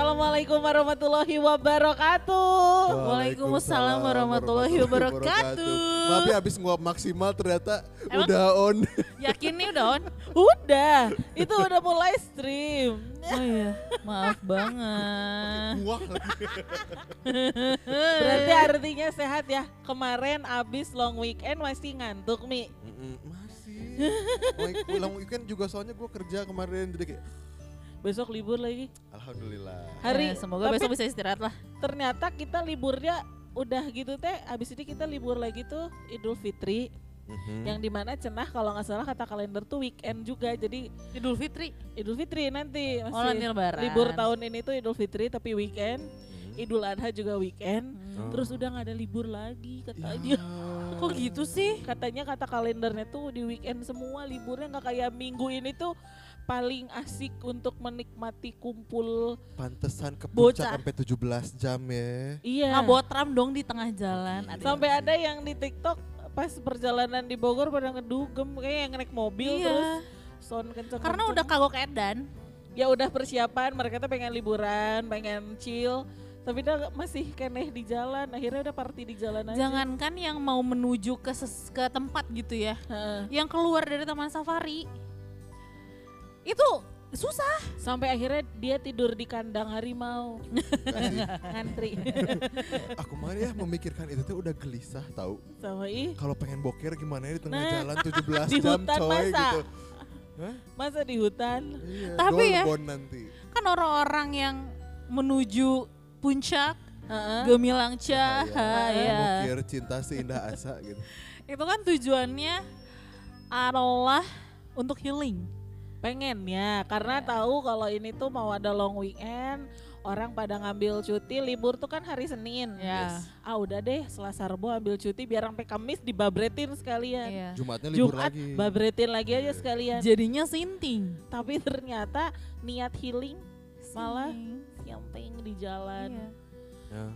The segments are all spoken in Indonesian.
Assalamualaikum warahmatullahi wabarakatuh. Waalaikumsalam warahmatullahi wabarakatuh. Maaf ya habis nguap maksimal ternyata Emang? udah on. Yakin nih udah on? Udah, itu udah mulai stream. Oh iya, maaf banget. Nguap lagi. Berarti artinya sehat ya. Kemarin abis long weekend masih ngantuk Mi. Masih. Pulang weekend juga soalnya gue kerja kemarin jadi kayak Besok libur lagi. alhamdulillah. Hari Semoga tapi besok bisa istirahat lah. ternyata kita liburnya udah gitu teh. Abis ini kita libur lagi tuh Idul Fitri. Yang dimana cenah kalau nggak salah kata kalender tuh weekend juga. Jadi Idul Fitri. Idul Fitri nanti Oh, masih nanti lebaran. libur tahun ini tuh Idul Fitri tapi weekend. Idul Adha juga weekend. Oh. Terus udah nggak ada libur lagi Ya. katanya. Kok gitu sih? Katanya kata kalendernya tuh di weekend semua liburnya nggak kayak minggu ini tuh paling asik untuk menikmati kumpul. Pantesan ke Bocah. puncak sampai 17 jam ya. Iya. Ngabotram dong di tengah jalan. Sampai ada yang di TikTok pas perjalanan di Bogor pada ngedugem kayak yang naik mobil terus Iya. sound kenceng. Karena udah kagok edan. Ya udah persiapan, mereka tuh pengen liburan, pengen chill. Tapi dia masih keneh di jalan, akhirnya udah party di jalan aja. Jangankan yang mau menuju ke tempat gitu ya. Heeh. Yang keluar dari taman safari. Itu susah. Sampai akhirnya dia tidur di kandang harimau, ngantri. Aku mah ya memikirkan itu tuh udah gelisah tahu. Sama Kalau pengen boker gimana ya di tengah Nah, jalan 17 di jam hutan coy masa? gitu. Hah? masa di hutan. Iya, Tapi ya, Dolbon nanti. Kan orang-orang yang menuju puncak, Heeh. gemilang Cahaya. cahaya. Bokir cinta seindah asa gitu. Itu kan tujuannya adalah untuk healing. Pengen ya, karena Ya. tahu kalau ini tuh mau ada long weekend, orang pada ngambil cuti, libur tuh kan hari Senin. Ya. Ah udah deh, Selasa Rebo ambil cuti biar sampai Kamis dibabretin sekalian. Iya. Jumatnya libur Jumat lagi. babretin lagi aja Iya. sekalian. Jadinya sinting. Tapi ternyata niat healing malah Sinting. nyamping di jalan. Iya. Ya.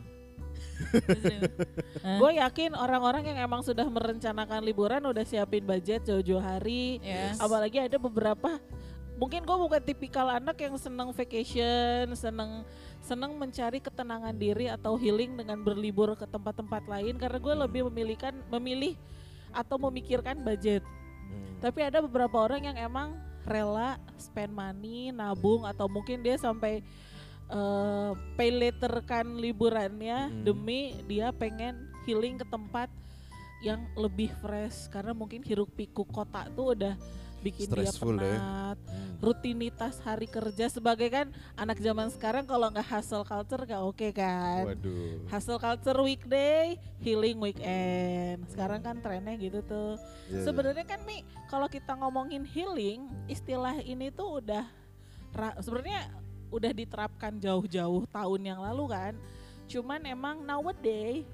Hah? Gue yakin orang-orang yang emang sudah merencanakan liburan udah siapin budget jauh-jauh hari. Yes. Apalagi ada beberapa, mungkin gue bukan tipikal anak yang seneng vacation, seneng mencari ketenangan diri atau healing dengan berlibur ke tempat-tempat lain karena gue lebih memilih atau memikirkan budget. Tapi ada beberapa orang yang emang rela spend money, nabung atau mungkin dia sampai pay later kan liburannya demi dia pengen healing ke tempat yang lebih fresh karena mungkin hiruk pikuk kota tuh udah bikin Stressful dia ya. penat. Rutinitas hari kerja sebagai kan anak zaman sekarang kalau nggak hustle culture nggak oke kan. Waduh. Hustle culture weekday, healing weekend. Sekarang kan trennya gitu tuh. Iya, Sebenarnya kan Mi, kalau kita ngomongin healing, istilah ini tuh udah sebenarnya udah diterapkan jauh-jauh tahun yang lalu kan. Cuman emang nowadays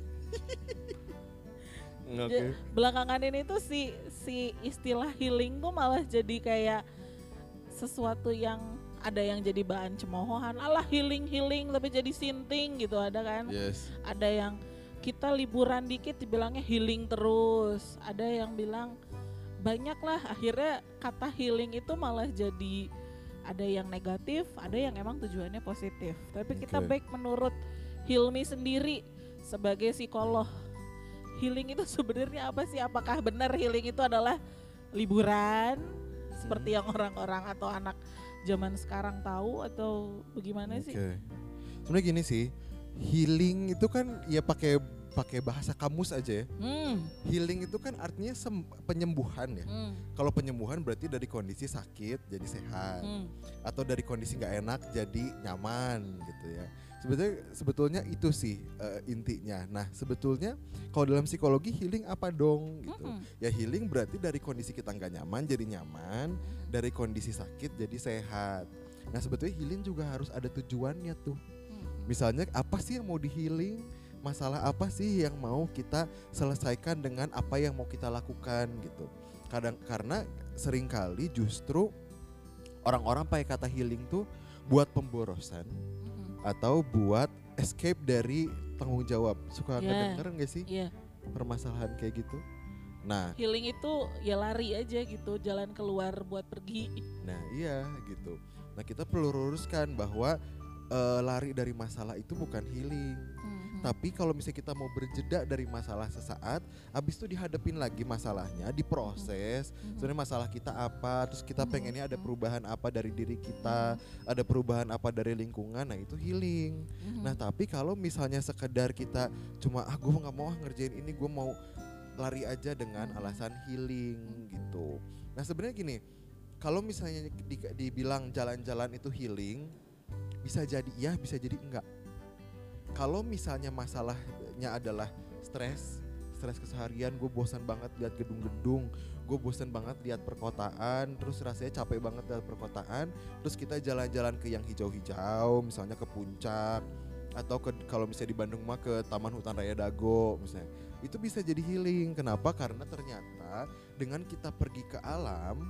iya. Oke. belakangan ini tuh si istilah healing tuh malah jadi kayak sesuatu yang ada yang jadi bahan cemoohan. Alah healing tapi jadi sinting gitu ada kan. Yes. Ada yang kita liburan dikit dibilangnya healing terus. Ada yang bilang banyak lah, akhirnya kata healing itu malah jadi ada yang negatif, ada yang emang tujuannya positif. Tapi kita Oke. baik menurut Hilmi sendiri sebagai psikolog. Healing itu sebenarnya apa sih? Apakah benar healing itu adalah liburan seperti yang orang-orang atau anak zaman sekarang tahu atau bagaimana sih? Oke. Sebenarnya gini sih, healing itu kan ya pakai bahasa kamus aja ya. Healing itu kan artinya penyembuhan ya. Kalau penyembuhan berarti dari kondisi sakit jadi sehat, atau dari kondisi nggak enak jadi nyaman gitu ya. Sebetulnya itu sih intinya. Nah sebetulnya kalau dalam psikologi healing apa dong gitu? Ya healing berarti dari kondisi kita nggak nyaman jadi nyaman, dari kondisi sakit jadi sehat. Nah sebetulnya healing juga harus ada tujuannya tuh. Misalnya apa sih yang mau di healing? Masalah apa sih yang mau kita selesaikan dengan apa yang mau kita lakukan gitu. Karena seringkali justru orang-orang pakai kata healing tuh buat pemborosan atau buat escape dari tanggung jawab. Suka ngedenger gak sih Iya. permasalahan kayak gitu? Nah, Healing itu ya lari aja gitu, jalan keluar buat pergi. nah iya gitu. Nah kita perlu luruskan bahwa lari dari masalah itu bukan healing. Tapi kalau misalnya kita mau berjeda dari masalah sesaat, habis itu dihadapin lagi masalahnya, diproses. Sebenarnya masalah kita apa, terus kita pengennya ada perubahan apa dari diri kita, ada perubahan apa dari lingkungan, nah itu healing. Nah tapi kalau misalnya sekedar kita cuma gue nggak mau ngerjain ini, gue mau lari aja dengan alasan healing gitu. Nah sebenarnya gini, kalau misalnya dibilang jalan-jalan itu healing, bisa jadi iya, bisa jadi enggak. Kalau misalnya masalahnya adalah stres keseharian, gue bosan banget lihat gedung-gedung, gue bosan banget lihat perkotaan, terus rasanya capek banget lihat perkotaan, terus kita jalan-jalan ke yang hijau-hijau, misalnya ke puncak, atau kalau misalnya di Bandung mah ke Taman Hutan Raya Dago misalnya, itu bisa jadi healing. Kenapa? Karena ternyata dengan kita pergi ke alam,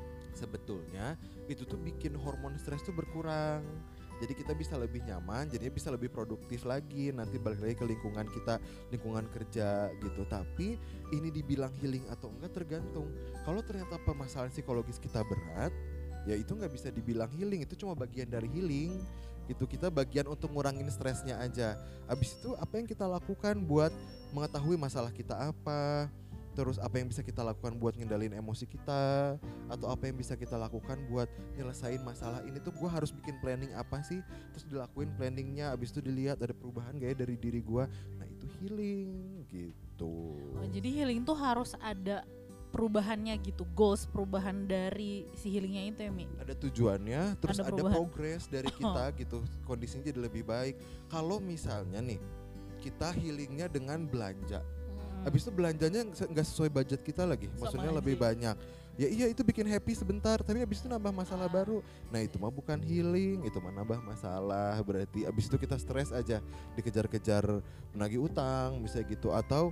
sebetulnya itu tuh bikin hormon stres tuh berkurang. Jadi kita bisa lebih nyaman, jadinya bisa lebih produktif lagi. Nanti balik lagi ke lingkungan kita, lingkungan kerja gitu. Tapi ini dibilang healing atau enggak tergantung. Kalau ternyata permasalahan psikologis kita berat, ya itu nggak bisa dibilang healing. Itu cuma bagian dari healing gitu. Kita bagian untuk ngurangin stresnya aja. Habis itu apa yang kita lakukan buat mengetahui masalah kita apa, terus apa yang bisa kita lakukan buat ngendalin emosi kita, atau apa yang bisa kita lakukan buat nyelesain masalah ini tuh. Gue harus bikin planning apa sih, terus dilakuin planningnya, abis itu dilihat ada perubahan gak ya dari diri gue. Nah itu healing gitu. Jadi healing tuh harus ada perubahannya gitu, goals perubahan dari si healingnya itu ya Mi? Ada tujuannya, terus ada progress dari kita gitu, kondisinya jadi lebih baik. Kalau misalnya nih kita healingnya dengan belanja, habis itu belanjanya nggak sesuai budget kita lagi, maksudnya lebih banyak. Ya iya itu bikin happy sebentar, tapi habis itu nambah masalah baru. Nah itu mah bukan healing, itu mah nambah masalah. Berarti habis itu kita stres aja, dikejar-kejar menagih utang misalnya gitu, atau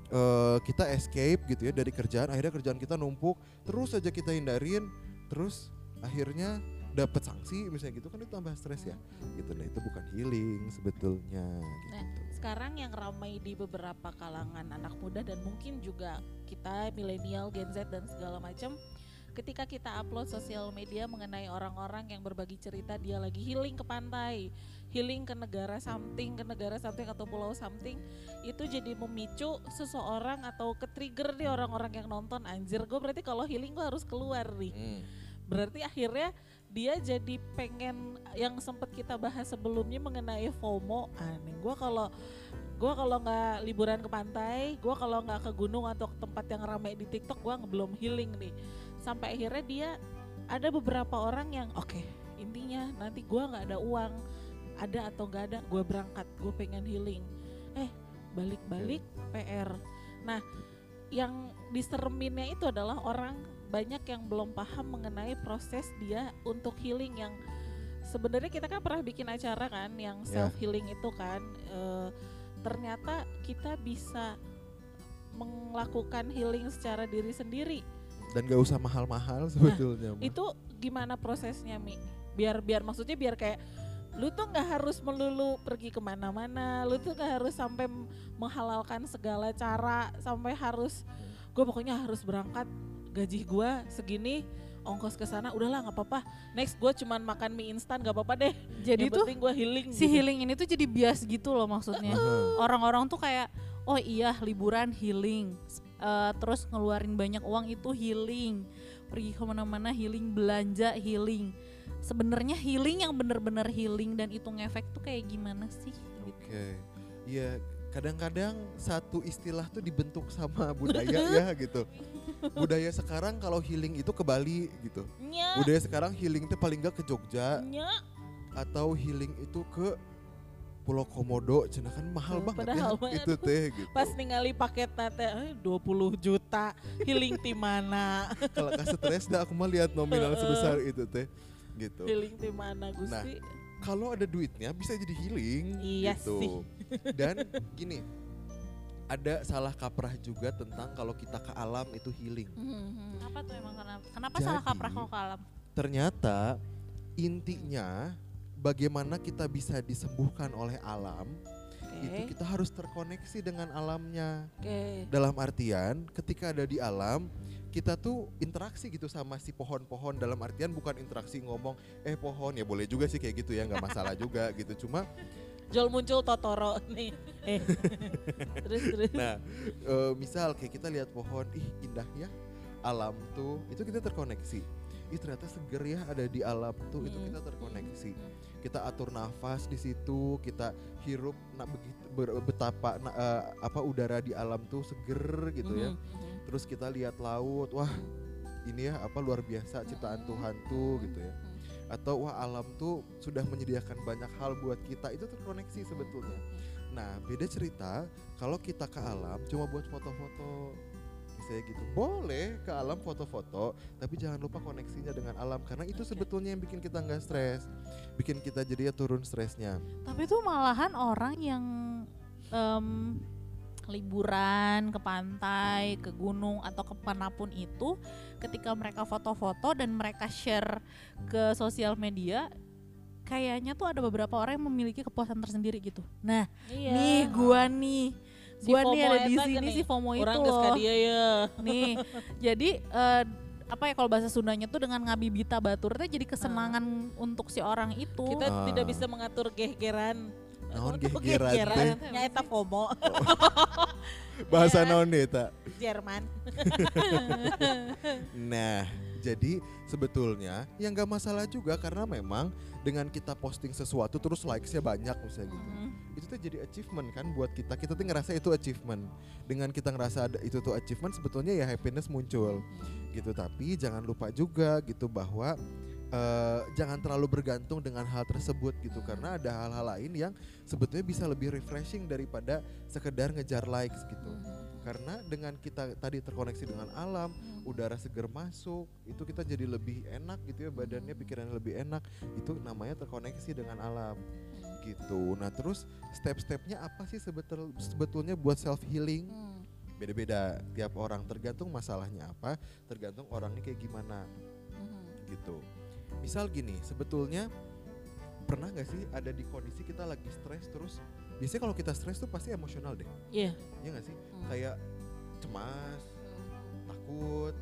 kita escape gitu ya dari kerjaan. Akhirnya kerjaan kita numpuk, terus aja kita hindarin, terus akhirnya dapat sanksi misalnya gitu, kan itu tambah stres ya gitu. Nah itu bukan healing sebetulnya gitu. Nah sekarang yang ramai di beberapa kalangan anak muda dan mungkin juga kita milenial, Gen Z dan segala macam, ketika kita upload sosial media mengenai orang-orang yang berbagi cerita dia lagi healing ke pantai, healing ke negara something atau pulau something, itu jadi memicu seseorang atau ke-trigger nih orang-orang yang nonton, anjir gue berarti kalau healing gue harus keluar nih. Berarti akhirnya dia jadi pengen, yang sempat kita bahas sebelumnya mengenai FOMO. Aneh, gue kalau nggak liburan ke pantai, gue kalau nggak ke gunung atau ke tempat yang ramai di TikTok, gue belum healing nih. Sampai akhirnya dia ada beberapa orang yang oke, intinya nanti gue nggak ada uang, ada atau nggak ada, gue berangkat, gue pengen healing. Balik-balik PR. Nah, yang disereminnya itu adalah orang banyak yang belum paham mengenai proses dia untuk healing, yang sebenarnya kita kan pernah bikin acara kan yang self healing itu kan, ternyata kita bisa melakukan healing secara diri sendiri dan gak usah mahal-mahal sebetulnya. Nah, itu gimana prosesnya Mi? Biar maksudnya biar kayak lu tuh nggak harus melulu pergi kemana-mana, lu tuh nggak harus sampai menghalalkan segala cara, sampai harus gue pokoknya harus berangkat, gaji gue segini, ongkos ke sana, udahlah nggak apa-apa. Next gue cuman makan mie instan nggak apa-apa deh. Jadi yang tuh penting gue healing. Si gitu. healing ini tuh jadi bias gitu loh maksudnya. Orang-orang tuh kayak, oh iya liburan healing, terus ngeluarin banyak uang itu healing, pergi kemana-mana healing, belanja healing. Sebenarnya healing yang benar-benar healing dan itu ngefek tuh kayak gimana sih? Oke, ya kadang-kadang satu istilah tuh dibentuk sama budaya ya gitu. Budaya sekarang kalau healing itu ke Bali gitu. Budaya sekarang healing itu paling gak ke Jogja. Atau healing itu ke Pulau Komodo, cina kan mahal banget ya itu teh gitu. Pas ningali paket teh 20 juta, healing di mana? Kalau kasih stres dah aku mah lihat nominal sebesar itu teh gitu. Healing di mana Gusti? Nah, kalau ada duitnya bisa jadi healing gitu. Sih. Dan gini, ada salah kaprah juga tentang kalau kita ke alam itu healing. Apa tuh emang kenapa salah kaprah kalau ke alam? Ternyata intinya bagaimana kita bisa disembuhkan oleh alam itu kita harus terkoneksi dengan alamnya. Oke. Dalam artian ketika ada di alam, kita tuh interaksi gitu sama si pohon-pohon, dalam artian bukan interaksi ngomong pohon, ya boleh juga sih kayak gitu ya, nggak masalah juga gitu. Cuma Jol muncul Totoro nih. Terus. nah misal kayak kita lihat pohon, ih indah ya alam tuh, itu kita terkoneksi. Ih ternyata seger ya ada di alam tuh, itu kita terkoneksi. Kita atur nafas di situ, kita hirup betapa udara di alam tuh seger gitu ya. Terus kita lihat laut, wah ini ya luar biasa ciptaan Tuhan tuh gitu ya. Atau wah alam tuh sudah menyediakan banyak hal buat kita, itu terkoneksi sebetulnya. Nah beda cerita kalau kita ke alam cuma buat foto-foto, misalnya gitu. Boleh ke alam foto-foto, tapi jangan lupa koneksinya dengan alam, karena itu sebetulnya yang bikin kita nggak stres, bikin kita jadinya turun stresnya. Tapi tuh malahan orang yang liburan ke pantai, ke gunung atau ke manapun itu, ketika mereka foto-foto dan mereka share ke sosial media, kayaknya tuh ada beberapa orang yang memiliki kepuasan tersendiri gitu. Nah, nih gua nih ada di sini si FOMO itu loh. Dia ya. Nih, jadi kalau bahasa Sundanya tuh dengan ngabibita batur teh jadi kesenangan untuk si orang itu. Kita tidak bisa mengatur gehgeran. Naon gehgeran teh? Nyaeta FOMO. Bahasa naon deh tak? Jerman. Nah, jadi sebetulnya yang gak masalah juga, karena memang dengan kita posting sesuatu terus likes-nya banyak misalnya gitu. Itu tuh jadi achievement kan buat kita. Kita tuh ngerasa itu achievement. Dengan kita ngerasa ada itu tuh achievement, sebetulnya ya happiness muncul gitu. Tapi jangan lupa juga gitu bahwa jangan terlalu bergantung dengan hal tersebut gitu, karena ada hal-hal lain yang sebetulnya bisa lebih refreshing daripada sekedar ngejar likes gitu. Karena dengan kita tadi terkoneksi dengan alam, udara seger masuk, itu kita jadi lebih enak gitu ya, badannya, pikirannya lebih enak. Itu namanya terkoneksi dengan alam gitu. Nah terus step-stepnya apa sih sebetulnya buat self healing? Beda-beda tiap orang, tergantung masalahnya apa, tergantung orangnya kayak gimana gitu. Misal gini, sebetulnya pernah gak sih ada di kondisi kita lagi stres, terus biasanya kalau kita stres tuh pasti emosional deh. Iya. Iya gak sih? Kayak cemas, takut,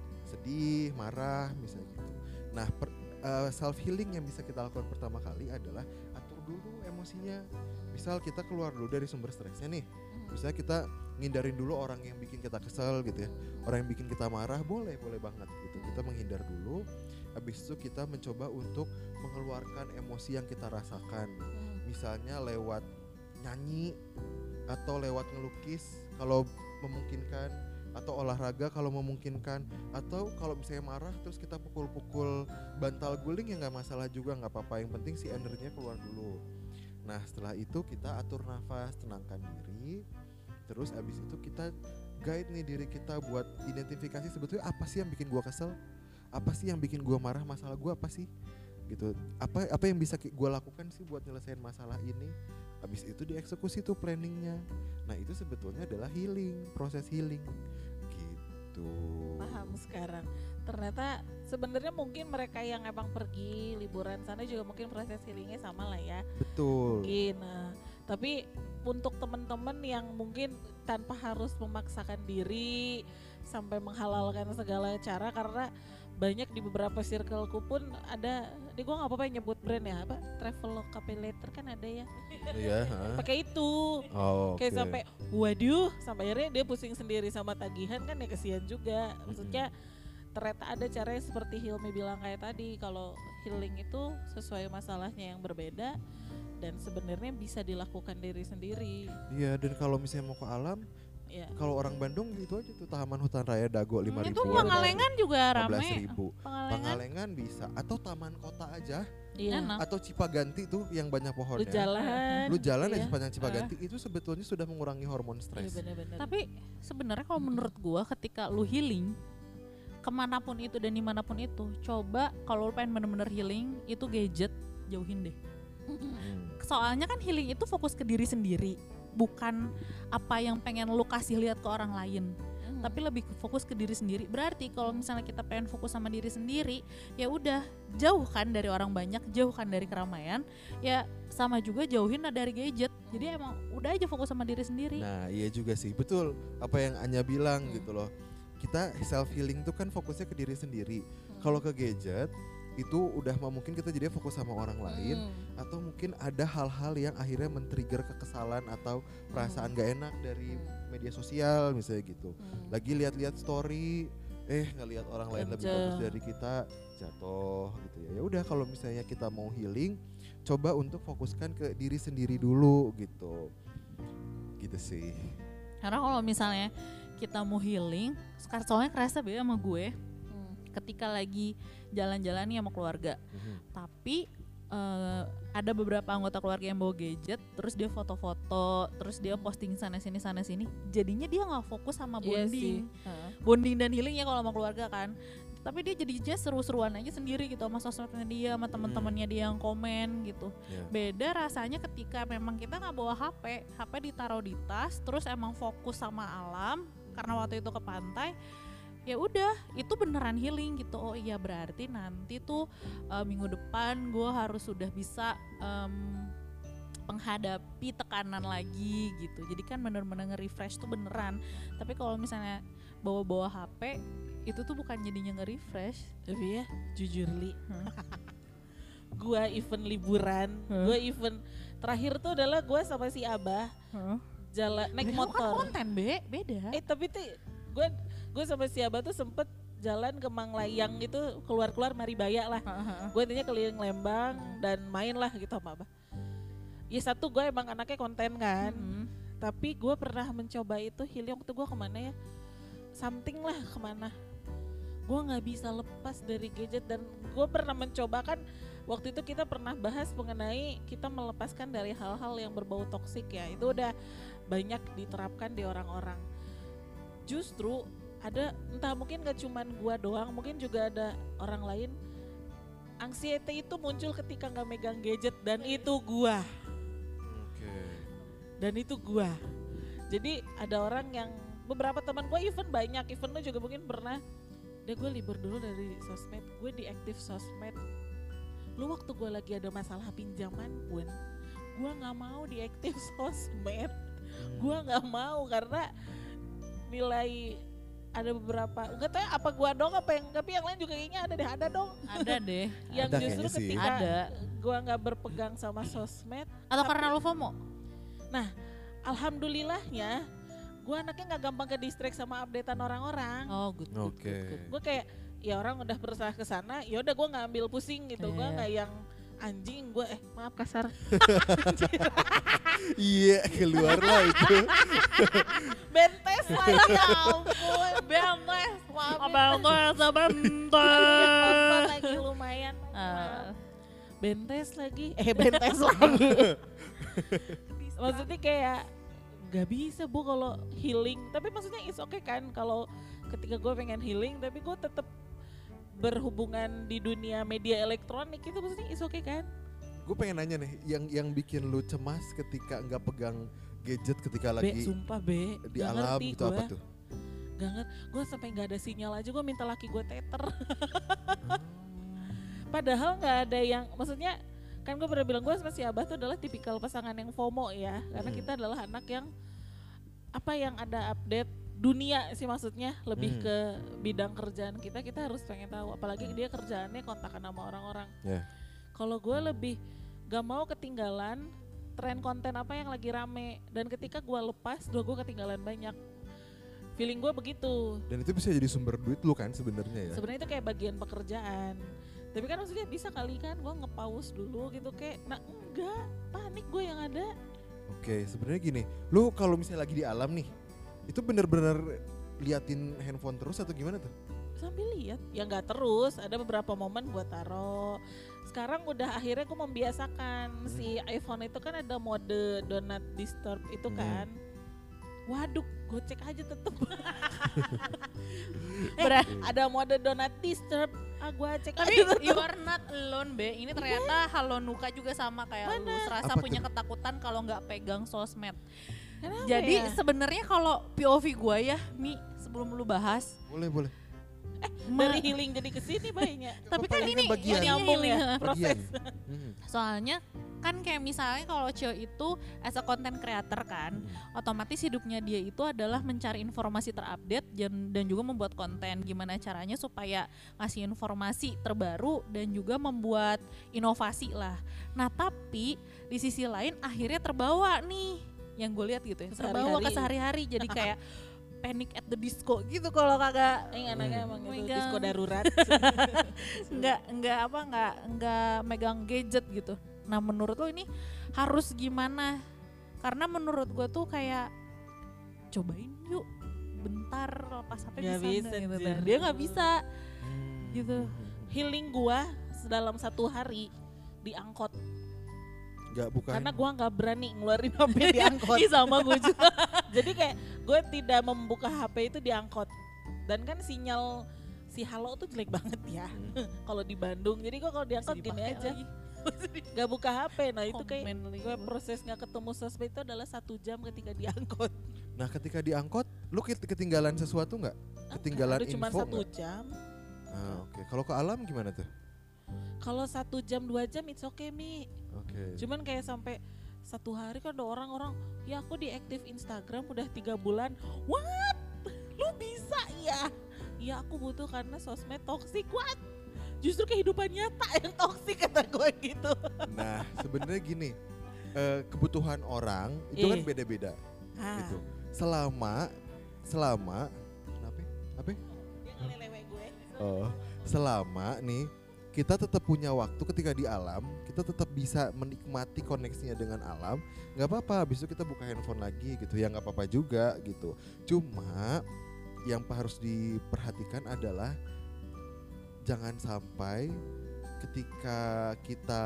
sedih, marah misalnya gitu. Nah self healing yang bisa kita lakukan pertama kali adalah atur dulu emosinya. Misal kita keluar dulu dari sumber stresnya nih. Misalnya kita ngindarin dulu orang yang bikin kita kesel gitu ya, orang yang bikin kita marah, boleh banget gitu. Kita menghindar dulu, habis itu kita mencoba untuk mengeluarkan emosi yang kita rasakan. Misalnya lewat nyanyi, atau lewat ngelukis kalau memungkinkan, atau olahraga kalau memungkinkan, atau kalau misalnya marah terus kita pukul-pukul bantal guling, ya nggak masalah juga, nggak apa-apa, yang penting si energinya keluar dulu. Nah setelah itu kita atur nafas, tenangkan diri. Terus abis itu kita guide nih diri kita buat identifikasi sebetulnya apa sih yang bikin gua kesel, apa sih yang bikin gua marah, masalah gua apa sih gitu, apa yang bisa gua lakukan sih buat nyelesain masalah ini. Abis itu dieksekusi tuh planningnya. Nah itu sebetulnya adalah healing, proses healing gitu. Paham sekarang. Ternyata sebenarnya mungkin mereka yang emang pergi liburan sana juga mungkin proses healingnya sama lah ya. Betul. Mungkin. Tapi untuk teman-teman yang mungkin tanpa harus memaksakan diri sampai menghalalkan segala cara, karena banyak di beberapa circleku pun ada, gue nggak apa-apa nyebut brand ya, apa Traveloka kan ada ya. Iya. Pakai itu. Oh, kayak sampai waduh, sampai akhirnya dia pusing sendiri sama tagihan kan, ya kesian juga. Maksudnya ternyata ada caranya seperti Hilmi bilang kayak tadi, kalau healing itu sesuai masalahnya yang berbeda dan sebenarnya bisa dilakukan diri sendiri. Iya, dan kalau misalnya mau ke alam, ya. Kalau orang Bandung itu aja tuh Taman Hutan Raya Dago 5.000. Itu Pangalengan juga rame. 15.000. Pangalengan bisa, atau taman kota aja. Iya. Atau Cipaganti tuh yang banyak pohonnya. Lu jalan iya. ya sepanjang Cipaganti, itu sebetulnya sudah mengurangi hormon stres. Iya, bener-bener. Tapi sebenarnya kalau menurut gua, ketika lu healing kemanapun itu dan dimanapun itu, coba kalau lu pengen bener-bener healing, itu gadget jauhin deh. Soalnya kan healing itu fokus ke diri sendiri, bukan apa yang pengen lu kasih lihat ke orang lain. tapi lebih fokus ke diri sendiri. Berarti kalau misalnya kita pengen fokus sama diri sendiri, ya udah jauhkan dari orang banyak, jauhkan dari keramaian, ya sama juga jauhin dari gadget. Jadi emang udah aja fokus sama diri sendiri. Nah iya juga sih, betul apa yang Anya bilang gitu loh. Kita self healing tuh kan fokusnya ke diri sendiri. Kalau ke gadget itu udah mungkin kita jadi fokus sama orang lain, atau mungkin ada hal-hal yang akhirnya men-trigger kekesalan atau perasaan gak enak dari media sosial misalnya gitu. Lagi lihat-lihat story, ngelihat orang lain lebih bagus dari kita, jatuh gitu ya. Ya udah kalau misalnya kita mau healing, coba untuk fokuskan ke diri sendiri dulu gitu. Gitu sih. Karena kalau misalnya kita mau healing, sekarang soalnya kerasa beda sama gue. Ketika lagi jalan-jalan nih sama keluarga, tapi ada beberapa anggota keluarga yang bawa gadget, terus dia foto-foto, terus dia posting sana sini, jadinya dia nggak fokus sama bonding, bonding dan healing ya kalau sama keluarga kan. Tapi dia jadinya seru-seruan aja sendiri gitu sama sosmednya dia, sama teman-temannya dia yang komen gitu. Beda rasanya ketika memang kita nggak bawa HP ditaruh di tas, terus emang fokus sama alam karena waktu itu ke pantai. Ya udah, itu beneran healing gitu. Oh iya berarti nanti tuh minggu depan gue harus sudah bisa menghadapi tekanan lagi gitu. Jadi kan bener-bener nge-refresh tuh beneran. Tapi kalau misalnya bawa-bawa HP, itu tuh bukan jadinya nge-refresh. Tapi ya jujur Li, gue event liburan, gue event terakhir tuh adalah gue sama si Abah jalan naik motor. Kan konten beda. Tapi tuh gue sama si Abah tuh sempet jalan ke Manglayang itu, keluar Maribaya lah. Gue intinya keliling Lembang dan main lah gitu sama Abah. Ya satu gue emang anaknya konten kan, tapi gue pernah mencoba itu healing waktu gue kemana ya, something lah kemana. Gue gak bisa lepas dari gadget dan gue pernah mencoba kan, waktu itu kita pernah bahas mengenai kita melepaskan dari hal-hal yang berbau toksik ya. Itu udah banyak diterapkan di orang-orang. Justru ada, entah mungkin gak cuman gua doang, mungkin juga ada orang lain, anxiety itu muncul ketika gak megang gadget, dan itu gua. Dan itu gua. Jadi ada orang yang, beberapa teman gua even banyak, even lu juga mungkin pernah, deh gue libur dulu dari sosmed, gue diaktif sosmed. Lu waktu gue lagi ada masalah pinjaman pun, gue gak mau diaktif sosmed. Gue gak mau karena nilai, ada beberapa, enggak tahu apa gua dong apa yang, tapi yang lain juga kayaknya ada dong. Ada deh. Yang ada justru ketika gua nggak berpegang sama sosmed. Atau karena lu FOMO? Nah, alhamdulillahnya gua anaknya nggak gampang ke distract sama updatean orang-orang. Oh good. Gue kayak ya orang udah berusaha ke sana, ya udah gua nggak ambil pusing gitu. Gua nggak yang anjing gue, maaf kasar. Iya keluar lah itu. Bentes lagi ya ampun. Bentes. Lagi lumayan. Bentes lagi. Bentes lagi. Maksudnya kayak gak bisa Bu kalau healing. Tapi maksudnya it's okay kan kalau ketika gue pengen healing tapi gue tetap berhubungan di dunia media elektronik, itu maksudnya is okay kan? Gue pengen nanya nih, yang bikin lu cemas ketika nggak pegang gadget ketika lagi sumpah di alam gitu apa tuh? Gak ngerti, gue sampai nggak ada sinyal aja gue minta laki gue teter. Padahal nggak ada yang, maksudnya kan gue pernah bilang gue sama si Abah tuh adalah tipikal pasangan yang FOMO ya, karena kita adalah anak yang apa yang ada update dunia sih, maksudnya lebih ke bidang kerjaan kita harus pengen tahu, apalagi dia kerjaannya kontakan sama orang-orang. Kalau gue lebih gak mau ketinggalan tren konten apa yang lagi rame, dan ketika gue lepas gue ketinggalan banyak. Feeling gue begitu. Dan itu bisa jadi sumber duit lu kan sebenarnya ya? Sebenarnya itu kayak bagian pekerjaan, tapi kan maksudnya bisa kali kan gue nge-pause dulu gitu, kayak nah enggak, panik gue yang ada. Oke, sebenarnya gini, lu kalau misalnya lagi di alam nih, itu bener-bener liatin handphone terus atau gimana tuh? Sambil lihat, ya nggak terus, ada beberapa momen gue taro. Sekarang udah akhirnya gue membiasakan si iPhone itu kan ada mode do not disturb itu kan. Waduh, gue cek aja tetep. Ada mode do not disturb, gue cek tapi aja tetep. You are not alone Be, ini ternyata Halonuka juga sama kayak lu, serasa Apa punya tuh? ketakutan kalau nggak pegang sosmed. Kenapa Jadi ya? sebenarnya kalau POV gue ya, Mi, sebelum lu bahas. Boleh. Dari healing jadi ke sini banyak. Tapi kan ini bagian. Nyambung ya Bagian. proses. Soalnya kan kayak misalnya kalau Cio itu as a content creator kan, otomatis hidupnya dia itu adalah mencari informasi terupdate dan juga membuat konten. Gimana caranya supaya ngasih informasi terbaru dan juga membuat inovasi lah. Nah tapi di sisi lain akhirnya terbawa nih, yang gue lihat gitu ya, terbawa ke sehari-hari. Jadi kayak Panic at the Disco gitu kalau kagak Anaknya emang itu megang- disco darurat. nggak megang gadget gitu. Nah menurut lo ini harus gimana? Karena menurut gue tuh kayak cobain yuk bentar lepas HP Nggak bisa bisa, nggak gitu. Jen. Dia nggak bisa gitu. Healing gua dalam 1 hari di angkot. Nggak bukan. Karena gua nggak berani ngeluarin HP di angkot. Ih, sama gue juga. Jadi kayak gue tidak membuka HP itu di angkot. Dan kan sinyal si halo tuh jelek banget ya. Kalau di Bandung. Jadi gue kalau di angkot gini aja. Gak buka HP. Nah itu kayak gue proses gak ketemu sosmed itu adalah 1 jam ketika di angkot. Nah ketika di angkot, lu ketinggalan sesuatu nggak? Ketinggalan Ada cuma info 1 nggak? jam. Oke. Kalau ke alam gimana tuh? Kalau 1 jam 2 jam it's okay Mi. Oke. Cuman kayak sampai 1 hari kan ada orang-orang, ya aku diaktif Instagram udah 3 bulan. What? Lu bisa ya? Ya aku butuh karena sosmed toksik. What? Justru kehidupan nyata yang toksik kata gue gitu. Nah sebenarnya gini, kebutuhan orang itu kan beda-beda, gitu. Selama apa? Lelewe gue. Oh, selama nih kita tetap punya waktu ketika di alam, kita tetap bisa menikmati koneksinya dengan alam, nggak apa-apa. Habis itu kita buka handphone lagi gitu, ya nggak apa-apa juga gitu. Cuma yang harus diperhatikan adalah jangan sampai ketika kita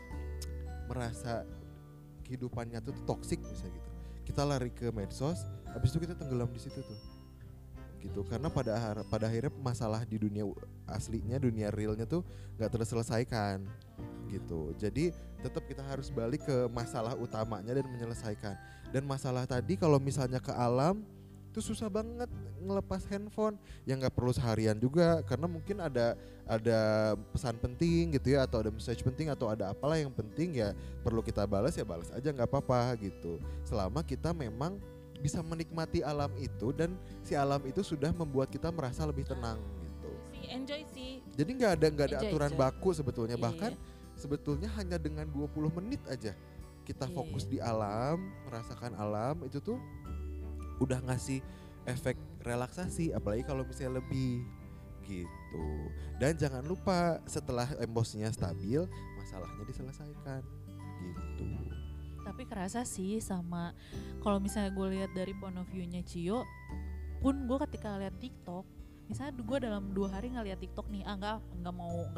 merasa kehidupannya tuh toksik misalnya gitu, kita lari ke medsos, habis itu kita tenggelam di situ tuh. Gitu, karena pada akhirnya masalah di dunia aslinya, dunia realnya tuh nggak terselesaikan gitu. Jadi tetap kita harus balik ke masalah utamanya dan menyelesaikan. Dan masalah tadi kalau misalnya ke alam itu susah banget ngelepas handphone, yang nggak perlu seharian juga, karena mungkin ada pesan penting gitu ya, atau ada message penting, atau ada apalah yang penting ya perlu kita balas, ya balas aja nggak apa-apa gitu. Selama kita memang bisa menikmati alam itu dan si alam itu sudah membuat kita merasa lebih tenang gitu. Enjoy sih. Jadi nggak ada aturan Enjoy. baku sebetulnya. Iya, Bahkan sebetulnya hanya dengan 20 menit aja kita Iya. fokus di alam, merasakan alam, itu tuh udah ngasih efek relaksasi, apalagi kalau misalnya lebih gitu. Dan jangan lupa setelah emosinya stabil, masalahnya diselesaikan gitu. Tapi kerasa sih sama kalau misalnya gue lihat dari point of view-nya Cio, pun gue ketika lihat TikTok, misalnya gue dalam 2 hari ngeliat TikTok nih, nggak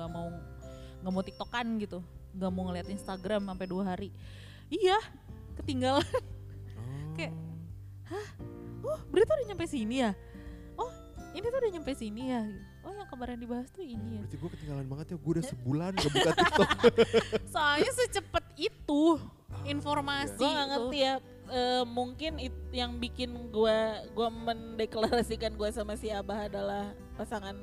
mau TikTokan gitu, nggak mau ngeliat Instagram sampai 2 hari, iya ketinggalan. Kayak, berarti udah nyampe sini ya? Oh ini tuh udah nyampe sini ya? Oh yang kemarin dibahas tuh ini ya? Berarti gue ketinggalan banget ya, gue udah sebulan gak buka TikTok. Soalnya secepat itu informasi. Gue nggak ngerti ya. Mungkin yang bikin gue mendeklarasikan gue sama si Abah adalah pasangan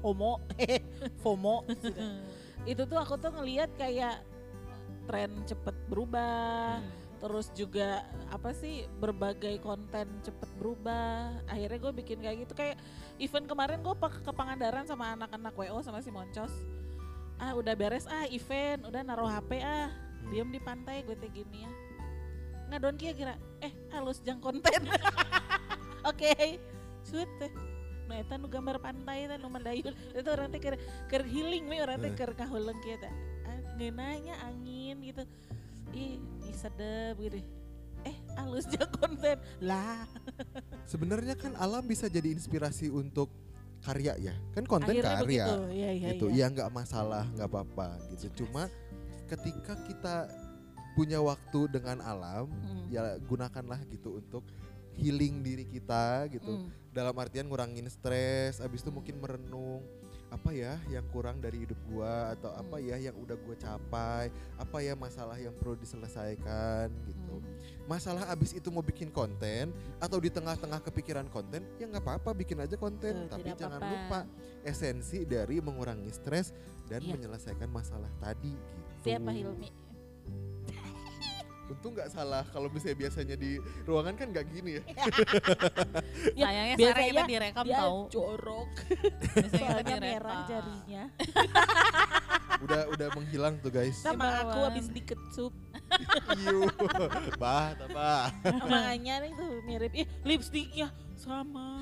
FOMO. Itu tuh aku tuh ngelihat kayak tren cepet berubah. Terus juga apa sih, berbagai konten cepet berubah. Akhirnya gue bikin kayak gitu. Kayak event kemarin gue ke Pangandaran sama anak-anak WO sama si Moncos. Udah beres event, udah naruh HP diem di pantai gue teh gini ya. Ngadon kia kira halus jang konten. Oke. Shoot teh. Nu eta nu gambar pantai teh nu mandayun. Itu orang teh keur healing we, orang teh keur kahuleung kieu teh. Ngeunanya angin gitu. Ih sedep gitu. Halus jang konten. Lah. Sebenarnya kan alam bisa jadi inspirasi untuk karya ya. Kan konten Akhirnya karya. begitu. Iya, gitu. Ya nggak masalah, nggak apa-apa gitu. Cuma ketika kita punya waktu dengan alam, ya gunakanlah gitu untuk healing diri kita gitu. Dalam artian ngurangin stres, abis itu mungkin merenung, apa ya yang kurang dari hidup gua atau apa ya yang udah gua capai, apa ya masalah yang perlu diselesaikan gitu. Masalah abis itu mau bikin konten atau di tengah-tengah kepikiran konten, ya nggak apa-apa bikin aja konten, tapi jangan lupa esensi dari mengurangi stres dan menyelesaikan masalah tadi gitu. Siapa Hilmi? Untung nggak salah kalau misalnya biasanya di ruangan kan nggak gini ya. Sayangnya sekarang kita direkam dia tahu. Jorok. Soalnya merah jarinya. Udah menghilang tuh guys. Sama aku habis dikecup. Iyu. Bah, apa? Makanya nih tuh mirip. Ih, lipstiknya sama.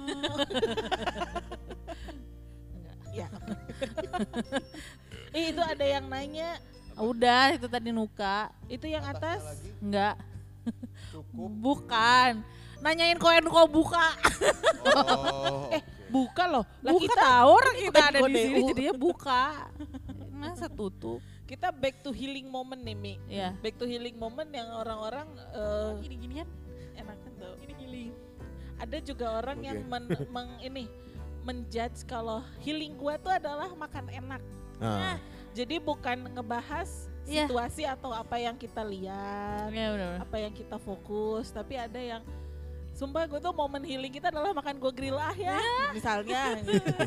Ya. Itu ada yang nanya. Udah itu tadi Nuka. Itu yang atas? Enggak. Cukup. Bukan. Nanyain koen kok buka. Oh, Buka loh. Lah Buka kita tahu orang kita ada di kode sini U. jadinya buka. Masa tutup? Kita back to healing moment nih Mi. Iya. Back to healing moment yang orang-orang Gini-ginian enakan tuh. ini healing. Ada juga orang yang menjudge kalau healing gua tuh adalah makan enak. Nah, Jadi bukan ngebahas Iya. situasi atau apa yang kita lihat, Iya benar. apa yang kita fokus, tapi ada yang sumpah gue tuh momen healing kita adalah makan go grill ya, misalnya.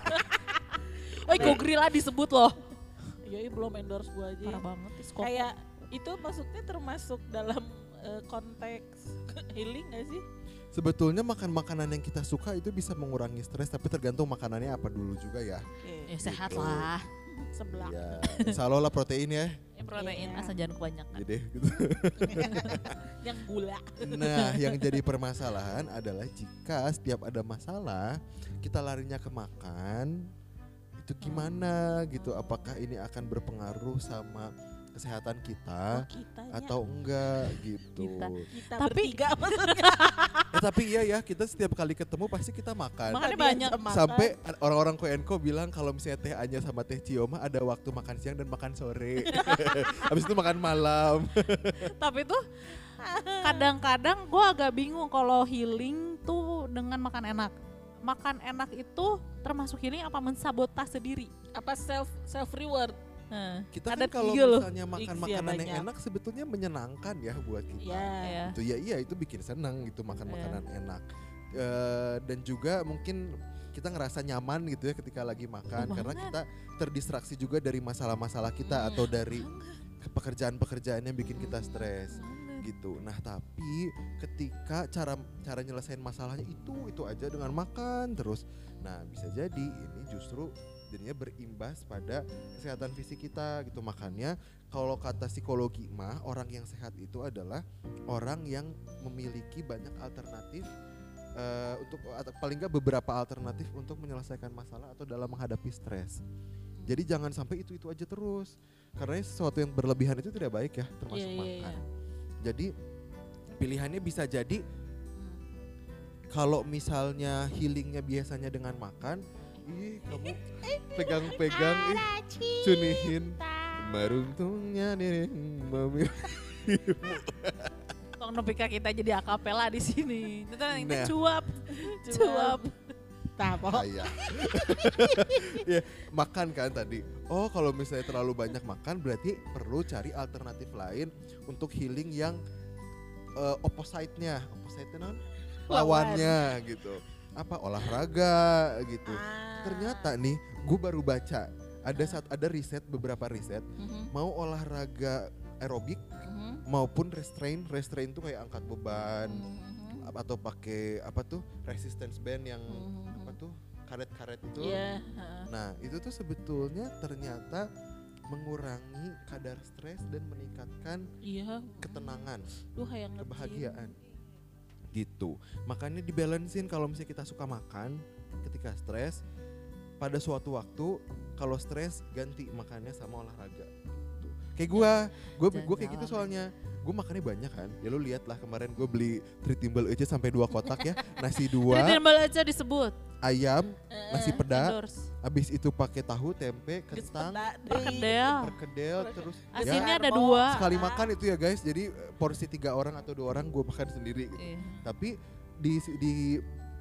Go Grilla disebut loh. Yoi belum endorse gue aja. Parah banget Iskoko. Kayak itu maksudnya termasuk dalam konteks healing gak sih? sebetulnya makan makanan yang kita suka itu bisa mengurangi stres, tapi tergantung makanannya apa dulu juga ya. Ya sehat Gitu. lah. Sebelah. Ya, insya Allah lah protein ya. Protein Iya. asal jangan kebanyakan. Jadi gitu. Yang gula. Nah, yang jadi permasalahan adalah jika setiap ada masalah kita larinya ke makan, itu gimana gitu? Apakah ini akan berpengaruh sama kesehatan kita Kitanya. atau enggak gitu? Kita Tapi- bertiga maksudnya. Tapi iya ya, kita setiap kali ketemu pasti kita makan. Makannya Biasa banyak. makan. Sampai orang-orang Koenko bilang kalau misalnya Teh Anya sama Teh Cioma ada waktu makan siang dan makan sore. Habis itu makan malam. Tapi tuh kadang-kadang gue agak bingung kalau healing tuh dengan makan enak. Makan enak itu termasuk healing apa mensabotase diri? Apa self reward? Nah, Kita ada kan kalau 3 loh. misalnya makan Iya, makanan yang banyak. enak sebetulnya menyenangkan ya buat kita. Ya. Itu ya iya itu bikin senang gitu makan Iya. makanan enak. Dan juga mungkin kita ngerasa nyaman gitu ya ketika lagi makan karena banget. kita terdistraksi juga dari masalah-masalah kita atau dari pekerjaan-pekerjaan yang bikin kita stres gitu. Nah, tapi ketika cara nyelesain masalahnya itu aja dengan makan terus. Nah, bisa jadi ini justru jadinya berimbas pada kesehatan fisik kita gitu. Makanya kalau kata psikologi mah orang yang sehat itu adalah orang yang memiliki banyak alternatif untuk atau paling nggak beberapa alternatif untuk menyelesaikan masalah atau dalam menghadapi stres. Jadi jangan sampai itu aja terus karena sesuatu yang berlebihan itu tidak baik ya termasuk Iya, iya, makan. iya. Jadi pilihannya bisa jadi kalau misalnya healingnya biasanya dengan makan, ih kamu pegang-pegang cunihin meruntungnya nih mami. Tolong nepika kita jadi akapela di sini. Kita Nah. cuap. Tapo. Ayah. Ya, makan kan tadi. Oh, kalau misalnya terlalu banyak makan berarti perlu cari alternatif lain untuk healing yang opposite-nya. Opposite-nya non? Lawannya gitu. Apa olahraga gitu. Ternyata nih, gue baru baca ada riset beberapa riset mau olahraga aerobik maupun restrain tuh kayak angkat beban atau pakai apa tuh resistance band yang apa tuh karet-karet itu. Iya. Nah, itu tuh sebetulnya ternyata mengurangi kadar stres dan meningkatkan Iya. ketenangan, Duh yang kebahagiaan. Gitu. Makanya dibalancein kalau misalnya kita suka makan ketika stres, pada suatu waktu kalau stres ganti makannya sama olahraga. Tuh. Kayak gue kayak gitu soalnya. Gue makannya banyak kan. Ya lu lihat lah kemarin gue beli tritimbel aja sampai 2 kotak ya. Nasi 2, Timbal aja disebut. ayam, nasi peda, Endorse. habis itu pakai tahu, tempe, kentang, Perkedel. perkedel, terus Asinnya ya, ada 2. sekali makan itu ya guys. Jadi porsi 3 orang atau 2 orang gue makan sendiri gitu. Iya. Tapi di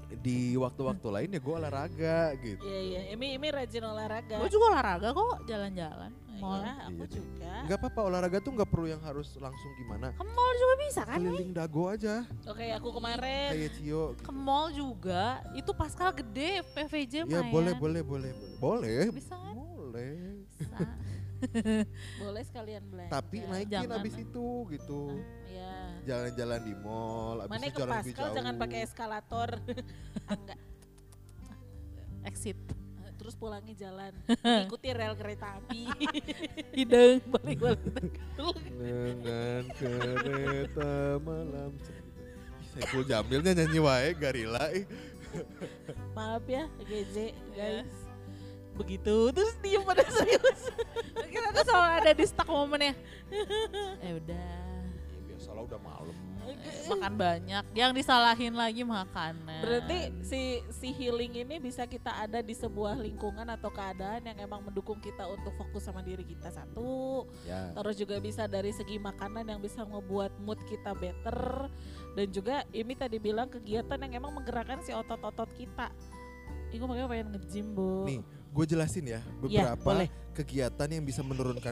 di waktu-waktu lain ya gue olahraga gitu. Iya, Imi rajin olahraga. Gue juga olahraga kok, jalan-jalan. Mall. Iya, aku Iya deh. juga. Nggak apa-apa, olahraga tuh nggak perlu yang harus langsung gimana. Ke mall juga bisa kan? Keliling dago aja Oke, aku kemarin. kayak Cio. Ke mall juga, itu Pascal gede, PVJ Ya main. boleh. Bisa kan? Boleh. Bisa. Boleh sekalian belanja. Tapi naikin Jangan. abis itu gitu. Iya. Jalan-jalan di mall, abis Mana itu ke jalan lebih Pascal jauh. jangan pakai eskalator. Enggak. Exit. Terus pulangnya jalan, ikuti rel kereta api. Hidung balik. Dengan kereta malam. Saiful Jamilnya nyanyi wae Garila. Maaf ya, GJ guys. Begitu, terus diem pada serius. Kita tuh selalu ada di stuck momennya. Udah. Ya, biasalah udah malam. Makan banyak, yang disalahin lagi makanan. Berarti si healing ini bisa kita ada di sebuah lingkungan atau keadaan yang emang mendukung kita untuk fokus sama diri kita satu. Ya. Terus juga bisa dari segi makanan yang bisa ngebuat mood kita better. Dan juga Imi tadi bilang kegiatan yang emang menggerakkan si otot-otot kita. Ih, gue makanya pengen nge-gym, Bu. Nih, gue jelasin ya Iya, beberapa boleh. kegiatan yang bisa menurunkan.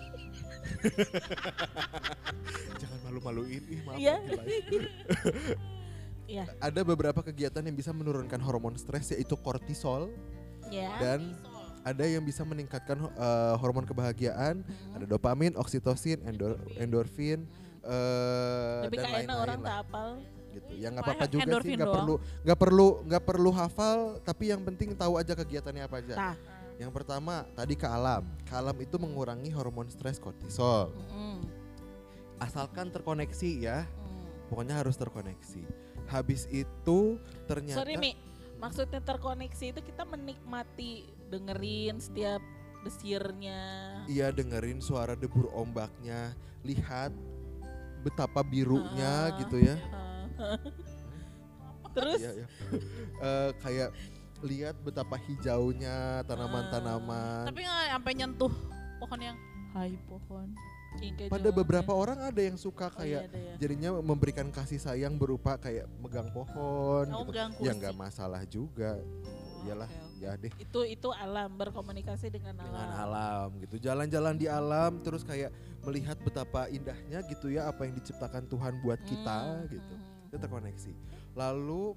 Jangan malu-maluin, maaf. Iya. lagi live. Iya. Ada beberapa kegiatan yang bisa menurunkan hormon stres yaitu kortisol Ya. dan ada yang bisa meningkatkan hormon kebahagiaan, ada dopamin, oksitosin, endorfin, Tapi dan kayaknya lain-lain orang lah. tak apal. Gitu. Ya nggak apa-apa juga sih, Endorfin nggak perlu hafal, tapi yang penting tahu aja kegiatannya apa aja. Tah. Yang pertama tadi ke alam itu mengurangi hormon stres kortisol. Asalkan terkoneksi ya, pokoknya harus terkoneksi. Habis itu ternyata Sorry Mi, maksudnya terkoneksi itu kita menikmati dengerin setiap desirnya. iya dengerin suara debur ombaknya, lihat betapa birunya gitu ya. Terus Iya, iya. Kayak lihat betapa hijaunya tanaman-tanaman. Tapi nggak sampai nyentuh pohon yang hai pohon. Pada beberapa orang ada yang suka Oh, iya, kayak ada ya. jadinya memberikan kasih sayang berupa kayak megang pohon Oh, gitu. megang Ya kursi. nggak masalah juga. Iyalah, oke. ya deh. Itu alam, berkomunikasi dengan alam. Dengan alam gitu. Jalan-jalan di alam terus kayak melihat betapa indahnya gitu ya apa yang diciptakan Tuhan buat kita gitu. Itu terkoneksi. Lalu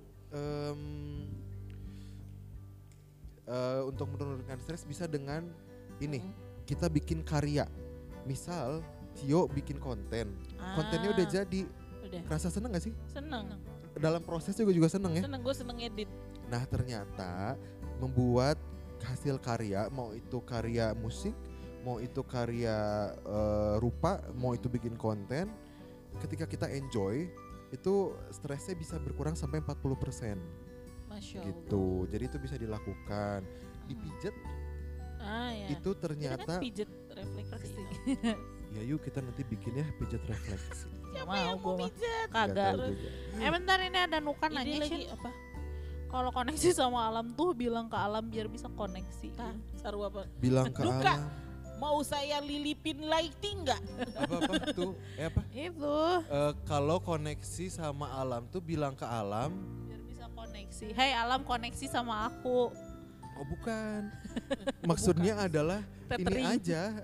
untuk menurunkan stres bisa dengan ini, kita bikin karya. Misal Cio bikin konten, kontennya udah jadi, Udah. kerasa seneng gak sih? Seneng. Dalam proses juga seneng ya. Seneng, gue seneng edit. Nah ternyata membuat hasil karya, mau itu karya musik, mau itu karya rupa, mau itu bikin konten, ketika kita enjoy, itu stresnya bisa berkurang sampai 40%. Masya Allah. Gitu, jadi itu bisa dilakukan. Dipijet Ya. itu Itu ternyata, kan pijet refleksi. ya yuk kita nanti bikin ya pijet refleksi. Siapa Mau yang mau gua mah. pijet? Nggak Kagak. tahu juga. Bentar ini ada Nukan Ini nanya lagi Shin. apa? Kalau koneksi sama alam tuh bilang ke alam biar bisa koneksi. Tah, saru apa? Bilang ke Duka. alam, Mau saya lilipin lighting nggak? apa tuh? Apa? Itu Kalau koneksi sama alam tuh bilang ke alam. biar bisa koneksi. Hai alam koneksi sama aku. Oh bukan, maksudnya adalah ini Tethering. aja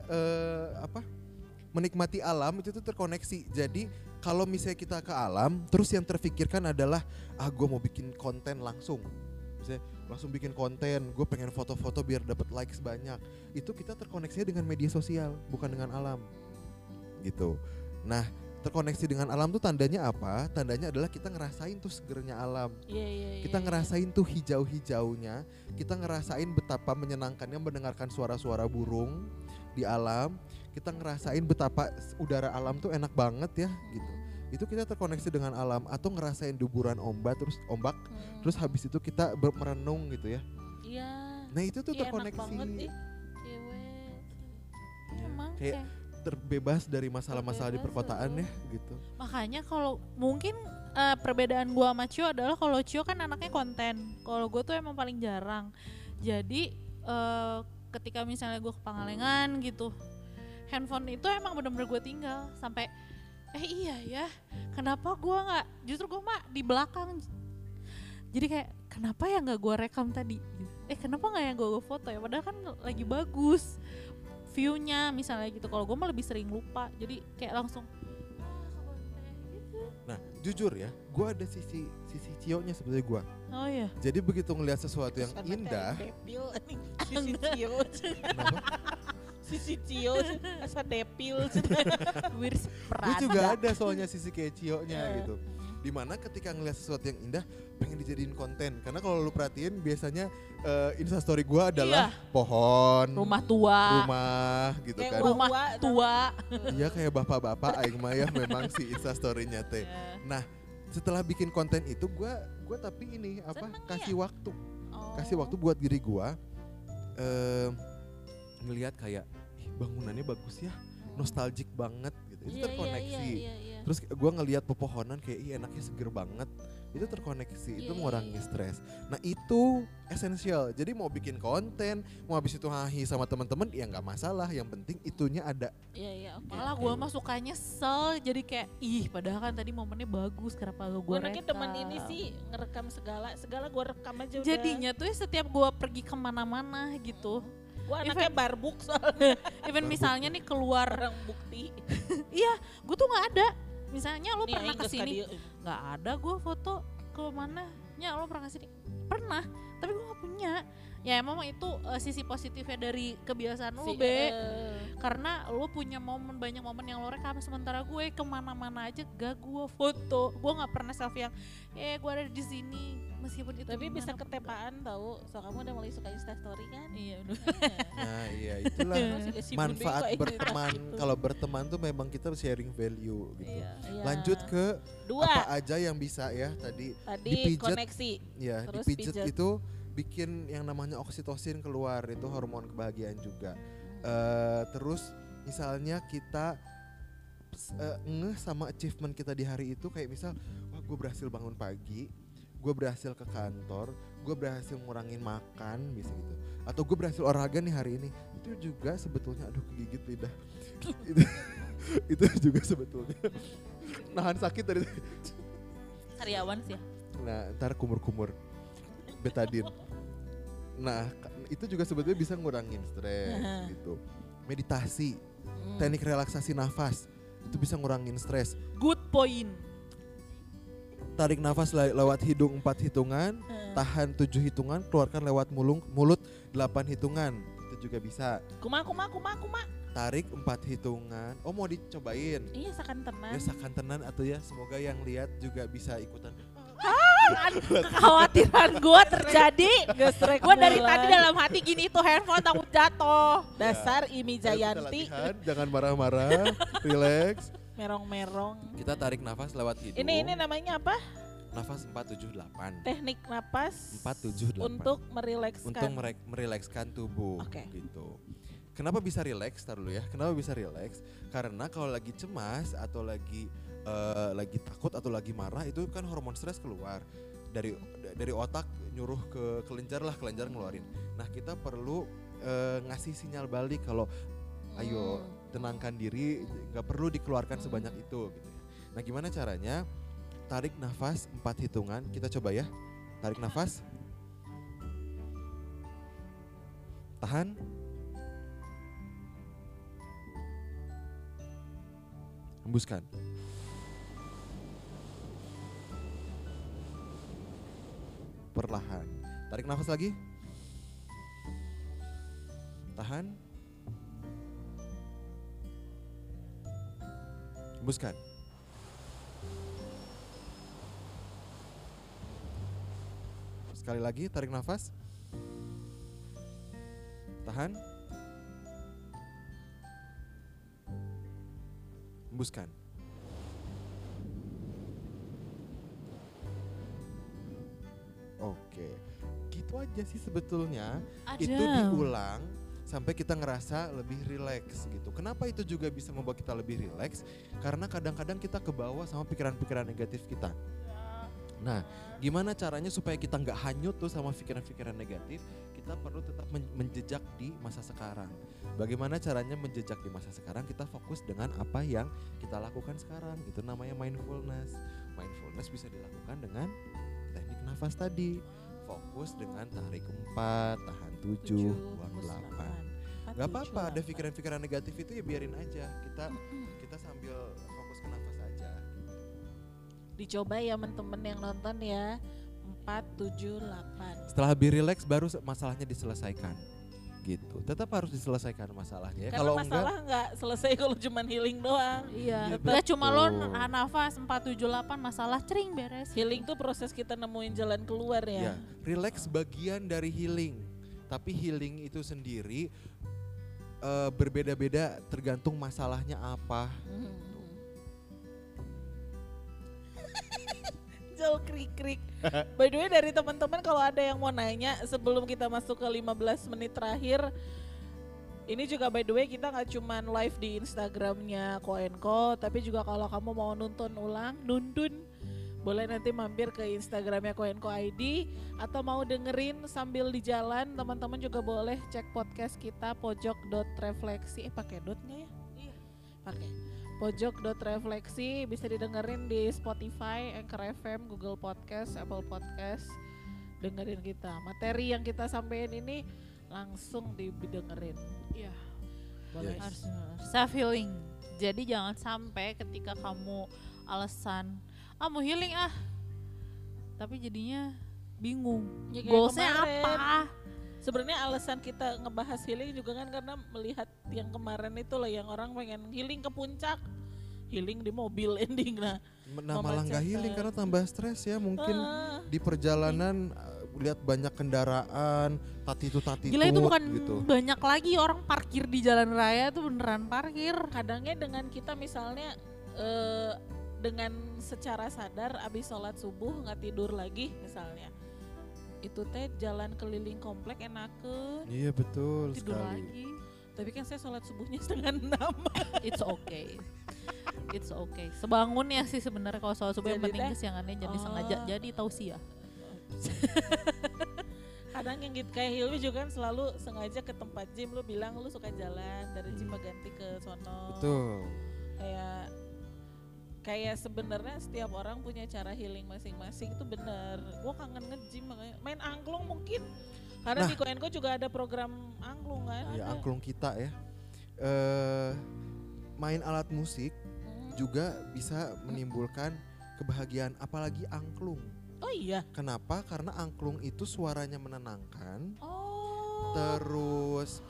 menikmati alam itu tuh terkoneksi. Jadi kalau misalnya kita ke alam, terus yang terfikirkan adalah gue mau bikin konten langsung, misalnya langsung bikin konten, gue pengen foto-foto biar dapat likes banyak. Itu kita terkoneksinya dengan media sosial, bukan dengan alam, gitu. Nah terkoneksi dengan alam tuh tandanya apa? Tandanya adalah kita ngerasain tuh segernya alam. Iya. Kita ngerasain tuh hijau-hijaunya, kita ngerasain betapa menyenangkannya mendengarkan suara-suara burung di alam, kita ngerasain betapa udara alam tuh enak banget ya gitu. Itu kita terkoneksi dengan alam, atau ngerasain deburan ombak terus habis itu kita merenung gitu ya. Iya. Nah itu tuh Ih, enak terkoneksi. banget ih. Cewek. Emang Kayak terbebas dari masalah-masalah di Terbebas, perkotaan ya gitu. makanya kalau mungkin perbedaan gua sama Cio adalah kalau Cio kan anaknya konten. Kalau gue tuh emang paling jarang. Jadi ketika misalnya gue ke Pangalengan gitu, handphone itu emang bener-bener gue tinggal sampai iya ya, kenapa gue nggak? Justru gue mah di belakang Jadi kayak kenapa ya nggak gue rekam tadi? Kenapa nggak yang gue foto ya? Padahal kan lagi bagus view-nya misalnya gitu. Kalau gue mah lebih sering lupa. Jadi kayak langsung. Nah, jujur ya, gue ada sisi cio-nya sebetulnya gue. Oh iya. Jadi begitu ngelihat sesuatu yang indah, Depil sisi cio. kenapa? Sisi cio asa depil. Gue Gue juga ada soalnya sisi kayak cio-nya gitu. Dimana ketika ngelihat sesuatu yang indah pengen dijadiin konten, karena kalau lu perhatiin biasanya instastory gue adalah pohon, rumah tua, rumah gitu Kayak kan. rumah tua. Iya kayak bapak-bapak aing mah ya memang si instastory-nya teh. Nah setelah bikin konten itu gue tapi ini apa Seneng kasih waktu, Oh. kasih waktu buat diri gue ngelihat kayak bangunannya bagus ya, nostalgic banget gitu, itu terkoneksi. Terus gue ngelihat pepohonan kayak enaknya seger banget, itu terkoneksi, itu mengurangi stres. Nah itu esensial. Jadi mau bikin konten, mau habis itu hahi sama teman-teman ya nggak masalah. Yang penting itunya ada. Iya, oke. Malah gue mah suka nyesel, jadi kayak padahal kan tadi momennya bagus, kenapa gue Gue rekam. anaknya teman ini sih ngerekam segala gue rekam aja udah. Jadinya tuh setiap gue pergi kemana-mana gitu, Gue anaknya barbuk soalnya. even misalnya nih keluar, Barang bukti. gue tuh nggak ada. Misalnya lo Nih, pernah aing geus ka kesini, dieu. nggak ada gue foto ke mana, lo pernah kesini, pernah, tapi gue nggak punya. Ya emang itu sisi positifnya dari kebiasaan lo, Be. Karena lo punya banyak momen yang lo rekam, sementara gue kemana-mana aja gak gue foto. Gue nggak pernah selfie yang gue ada di sini, meskipun itu Tapi bisa dimanapun. ketepaan tahu. So kamu udah mulai suka Instastory kan? Iya udah. Nah iya itulah manfaat berteman. Kalau berteman tuh memang kita sharing value gitu. Iya. Lanjut ke dua. apa aja yang bisa ya tadi dipijat. Koneksi. Ya Terus dipijat pijat. itu bikin yang namanya oksitosin keluar, itu hormon kebahagiaan juga. Terus misalnya kita ngeh sama achievement kita di hari itu, kayak misal wah gue berhasil bangun pagi, gue berhasil ke kantor, gue berhasil ngurangin makan bisa gitu, atau gue berhasil olahraga nih hari ini. Itu juga sebetulnya aduh kegigit lidah. itu juga sebetulnya nahan sakit tadi. Karyawan sih ya. Nah ntar kumur-kumur betadin. Nah itu juga sebetulnya bisa ngurangin stres gitu. Meditasi, teknik relaksasi nafas itu bisa ngurangin stres. Good point. Tarik nafas lewat hidung 4 hitungan, tahan 7 hitungan, keluarkan lewat mulut 8 hitungan. Itu juga bisa. Kuma. Tarik 4 hitungan. Oh mau dicobain? Iya sakan tenan. Ya sakantenan atau ya semoga yang lihat juga bisa ikutan. Kekhawatiran gue terjadi. Gesrek Gue dari mulai. tadi dalam hati gini tuh handphone takut jatuh. Dasar Imi Ayo kita Jayanti. latihan, jangan marah-marah, relax. Merong-merong. Kita tarik nafas lewat hidung. Ini namanya apa? Nafas 478. Teknik napas 478. untuk merilekskan. Untuk merilekskan tubuh gitu. Kenapa bisa rileks? Tar dulu ya. Kenapa bisa rileks? Karena kalau lagi cemas atau lagi takut atau lagi marah itu kan hormon stres keluar dari otak nyuruh ke kelenjar ngeluarin. Nah kita perlu ngasih sinyal balik kalau ayo tenangkan diri, nggak perlu dikeluarkan sebanyak itu gitu ya. Nah gimana caranya? Tarik nafas 4 hitungan, kita coba ya. Tarik nafas, tahan, hembuskan. Perlahan. Tarik nafas lagi. Tahan. Hembuskan. Sekali lagi tarik nafas. Tahan. Hembuskan. Oke, gitu aja sih sebetulnya. Ada. Itu diulang sampai kita ngerasa lebih rileks gitu. Kenapa itu juga bisa membuat kita lebih rileks? Karena kadang-kadang kita kebawa sama pikiran-pikiran negatif kita. Nah, gimana caranya supaya kita nggak hanyut tuh sama pikiran-pikiran negatif? Kita perlu tetap menjejak di masa sekarang. Bagaimana caranya menjejak di masa sekarang? Kita fokus dengan apa yang kita lakukan sekarang. Itu namanya mindfulness. Mindfulness bisa dilakukan dengan teknik nafas tadi. Fokus dengan tarik 4, tahan 7, buang 8. Gak apa-apa, ada pikiran-pikiran negatif itu ya biarin aja. Kita sambil fokus ke nafas aja. Dicoba ya teman-teman yang nonton ya. 4, 7, 8. Setelah habis relax baru masalahnya diselesaikan. Gitu. Tetap harus diselesaikan masalahnya. Karena masalah nggak selesai kalau cuma healing doang. Iya. Gak cuma lo nafas 4, 7, 8 masalah cering beres. Healing tuh proses kita nemuin jalan keluar ya. Relax bagian dari healing. Tapi healing itu sendiri berbeda-beda tergantung masalahnya apa. Jol krik-krik. By the way dari teman-teman kalau ada yang mau nanya sebelum kita masuk ke 15 menit terakhir. Ini juga by the way kita gak cuman live di Instagramnya Koenko. Tapi juga kalau kamu mau nonton ulang, boleh nanti mampir ke Instagramnya Koenko ID. Atau mau dengerin sambil di jalan, teman-teman juga boleh cek podcast kita pojok.refleksi. Pakai dotnya ya? Iya. Pakai. Pojok.refleksi bisa didengerin di Spotify, Anchor FM, Google Podcast, Apple Podcast. Dengerin kita. Materi yang kita sampaikan ini langsung didengerin. Iya. Boleh. Yes. Self healing. Jadi jangan sampai ketika kamu alasan mau healing tapi jadinya bingung. Ya, goalsnya apa? Sebenarnya alasan kita ngebahas healing juga kan karena melihat yang kemarin itu loh yang orang pengen healing ke puncak, healing di mobil ending malah nggak healing karena tambah stres ya mungkin di perjalanan lihat banyak kendaraan tati gila itu bukan gitu. Banyak lagi orang parkir di jalan raya tuh beneran parkir. Kadangnya dengan kita misalnya dengan secara sadar abis sholat subuh nggak tidur lagi misalnya. Itu teh jalan keliling komplek enakeun. Iya betul tidur sekali. Lagi. Tapi kan saya sholat subuhnya 5:30. It's okay. It's okay. Sebangun ya sih sebenarnya kalau sholat subuh yang penting kesiangannya jadi sengaja. Jadi tausiah. Kadang yang gitu kayak Hilmi juga kan selalu sengaja ke tempat gym. Lu bilang lu suka jalan dari Cipaganti ke sono. Betul. Kayak sebenarnya setiap orang punya cara healing masing-masing itu benar. Gua kangen nge-gym makanya main angklung mungkin. Karena di Koenko juga ada program angklung kan. Iya angklung kita ya. Main alat musik juga bisa menimbulkan kebahagiaan apalagi angklung. Oh iya. Kenapa? Karena angklung itu suaranya menenangkan. Oh. Terus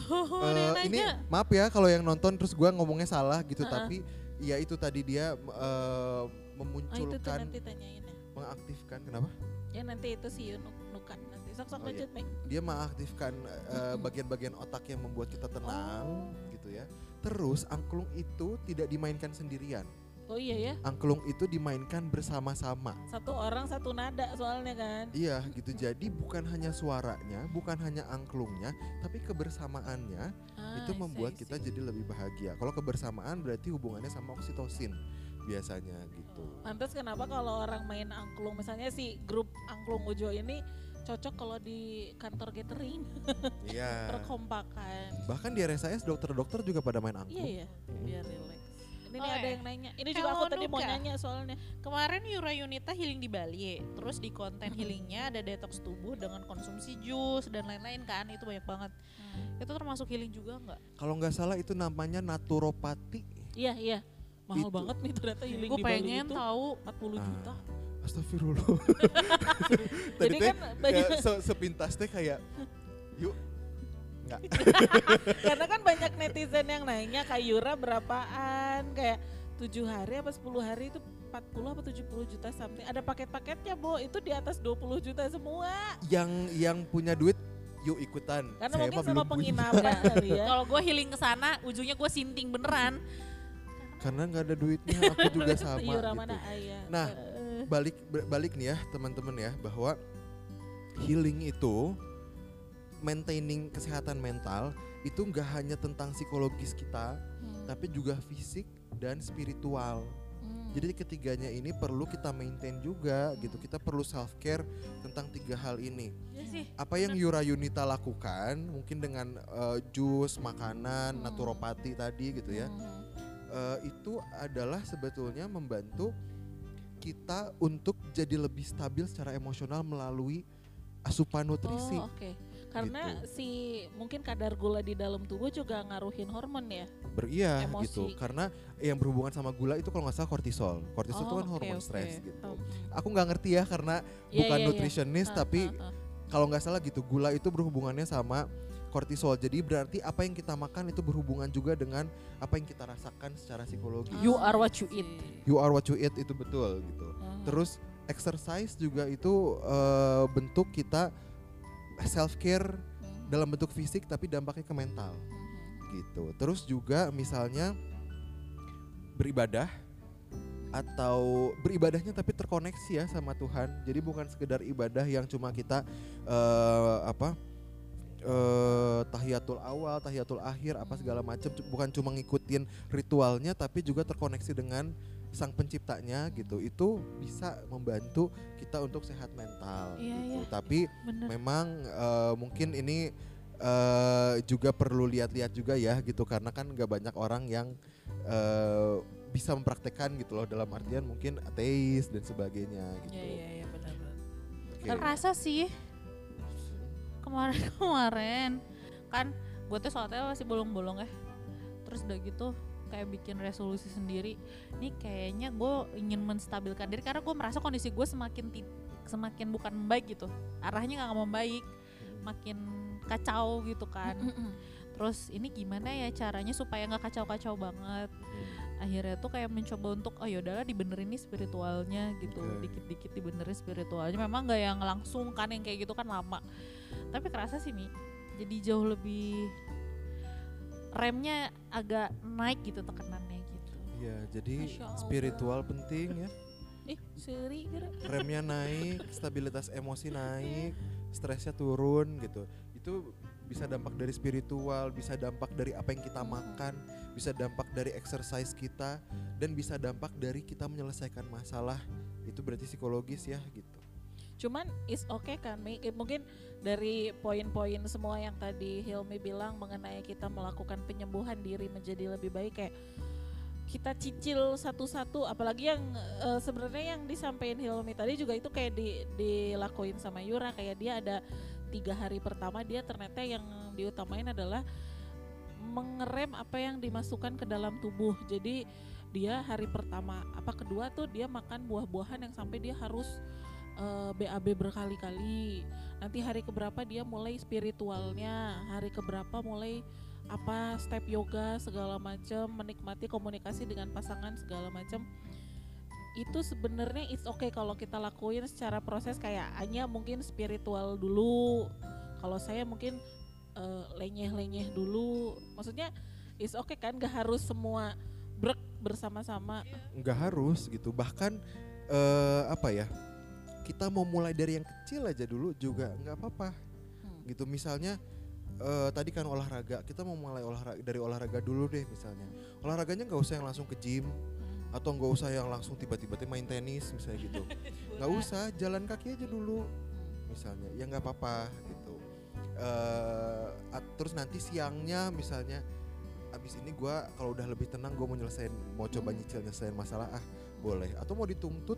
ini maaf ya kalau yang nonton terus gua ngomongnya salah gitu tapi ya itu tadi dia memunculkan itu tuh nanti tanyain ya. Mengaktifkan kenapa? Ya nanti itu si Nukan nanti sok-sok lanjut Mike. Dia mengaktifkan bagian-bagian otak yang membuat kita tenang gitu ya. Terus angklung itu tidak dimainkan sendirian. Oh iya ya. Angklung itu dimainkan bersama-sama. Satu orang satu nada soalnya kan. Iya gitu. Jadi bukan hanya suaranya, bukan hanya angklungnya, tapi kebersamaannya itu membuat kita jadi lebih bahagia. Kalau kebersamaan berarti hubungannya sama oksitosin biasanya gitu. Pantes kenapa kalau orang main angklung, misalnya si grup angklung Ujo ini cocok kalau di kantor catering. Iya. Perkompakan. Bahkan di RSIS dokter-dokter juga pada main angklung. Iya ya, biar relax. Ini ada yang nanya. Ini Kalau juga aku tadi mau Nuka, nanya soalnya. Kemarin Yura Yunita healing di Bali. Terus di konten healingnya ada detox tubuh dengan konsumsi jus dan lain-lain kan. Itu banyak banget. Itu termasuk healing juga nggak? Kalau nggak salah itu namanya naturopati. Iya. Mahal Itu. banget nih ternyata healing Gue di Bali pengen itu. tahu 40 juta. Astagfirullah. Tadi Jadi teh kan banyak sepintas teh kayak yuk enggak. Karena kan banyak netizen yang nanya Kak Yura berapaan, kayak 7 hari apa 10 hari itu 40 apa 70 juta something. Ada paket-paketnya Bo, itu di atas 20 juta semua. Yang punya duit yuk ikutan. Karena Saya mungkin mah sama belum punya. penginapan kali ya. Kalau gue healing ke sana, ujungnya gue sinting beneran. Karena nggak ada duitnya, aku juga sama Yura gitu. mana ayah. Nah, balik nih ya teman-teman ya, bahwa healing itu maintaining kesehatan mental itu nggak hanya tentang psikologis kita, tapi juga fisik dan spiritual. Jadi ketiganya ini perlu kita maintain juga gitu. Kita perlu self care tentang 3 hal ini. Ya sih. Apa yang Yura Yunita lakukan mungkin dengan jus, makanan, naturopati tadi gitu ya. Itu adalah sebetulnya membantu kita untuk jadi lebih stabil secara emosional melalui asupan nutrisi. Oh, oke. Karena Gitu. mungkin kadar gula di dalam tubuh juga ngaruhin hormon ya. Iya Emosi. gitu, karena yang berhubungan sama gula itu kalau nggak salah kortisol. Kortisol itu kan oke, hormon oke. stres gitu. Hmm. Aku nggak ngerti ya karena Iya, bukan iya, iya. nutritionist, tapi kalau nggak salah gitu, gula itu berhubungannya sama kortisol. Jadi berarti apa yang kita makan itu berhubungan juga dengan apa yang kita rasakan secara psikologi. You are what you eat. You are what you eat, itu betul gitu. Terus exercise juga itu bentuk kita self care dalam bentuk fisik tapi dampaknya ke mental gitu. Terus juga misalnya beribadah atau beribadahnya tapi terkoneksi ya sama Tuhan. Jadi bukan sekedar ibadah yang cuma kita tahiyatul awal, tahiyatul akhir apa segala macam, bukan cuma ngikutin ritualnya tapi juga terkoneksi dengan sang penciptanya gitu. Itu bisa membantu kita untuk sehat mental gitu. Tapi Bener. memang mungkin ini juga perlu lihat-lihat juga ya gitu, karena kan nggak banyak orang yang bisa mempraktekkan gitu loh, dalam artian mungkin ateis dan sebagainya gitu. Iya benar-benar. Oke. Terasa sih kemarin kan gue tuh soalnya masih bolong-bolong ya. Terus udah gitu kayak bikin resolusi sendiri. Nih kayaknya gue ingin menstabilkan diri karena gue merasa kondisi gue semakin bukan membaik gitu. Arahnya nggak membaik, makin kacau gitu kan. Terus ini gimana ya caranya supaya nggak kacau-kacau banget. Akhirnya tuh kayak mencoba untuk yaudahlah dibenerin nih spiritualnya gitu. Dikit-dikit dibenerin spiritualnya. Memang nggak yang langsung kan, yang kayak gitu kan lama. Tapi kerasa sih Mi, jadi jauh lebih remnya agak naik gitu tekanannya gitu. Iya, jadi Masya Allah. spiritual penting ya. Seri kira. Remnya naik, stabilitas emosi naik, stresnya turun gitu. Itu bisa dampak dari spiritual, bisa dampak dari apa yang kita makan, bisa dampak dari exercise kita, dan bisa dampak dari kita menyelesaikan masalah. Itu berarti psikologis ya gitu. Cuman is okay kan Mi? Mungkin dari poin-poin semua yang tadi Hilmi bilang mengenai kita melakukan penyembuhan diri menjadi lebih baik, kayak kita cicil satu-satu, apalagi yang sebenarnya yang disampaikan Hilmi tadi juga itu kayak dilakuin sama Yura, kayak dia ada 3 hari pertama dia ternyata yang diutamain adalah mengerem apa yang dimasukkan ke dalam tubuh. Jadi dia hari pertama apa kedua tuh dia makan buah-buahan yang sampai dia harus BAB berkali-kali. Nanti hari keberapa dia mulai spiritualnya, hari keberapa mulai apa step yoga segala macam, menikmati komunikasi dengan pasangan segala macam. Itu sebenarnya it's okay kalau kita lakuin secara proses, kayak hanya mungkin spiritual dulu. Kalau saya mungkin lenyeh-lenyeh dulu. Maksudnya it's okay kan, gak harus semua bersama-sama. Nggak harus gitu, bahkan apa ya, kita mau mulai dari yang kecil aja dulu juga nggak apa-apa gitu. Misalnya tadi kan olahraga, kita mau mulai dari olahraga dulu deh. Misalnya olahraganya nggak usah yang langsung ke gym, atau nggak usah yang langsung tiba-tiba main tenis misalnya gitu. Nggak usah, jalan kaki aja dulu misalnya, ya nggak apa-apa gitu. Terus nanti siangnya misalnya abis ini gue kalau udah lebih tenang, gue mau coba nyelesain masalah, boleh. Atau mau dituntut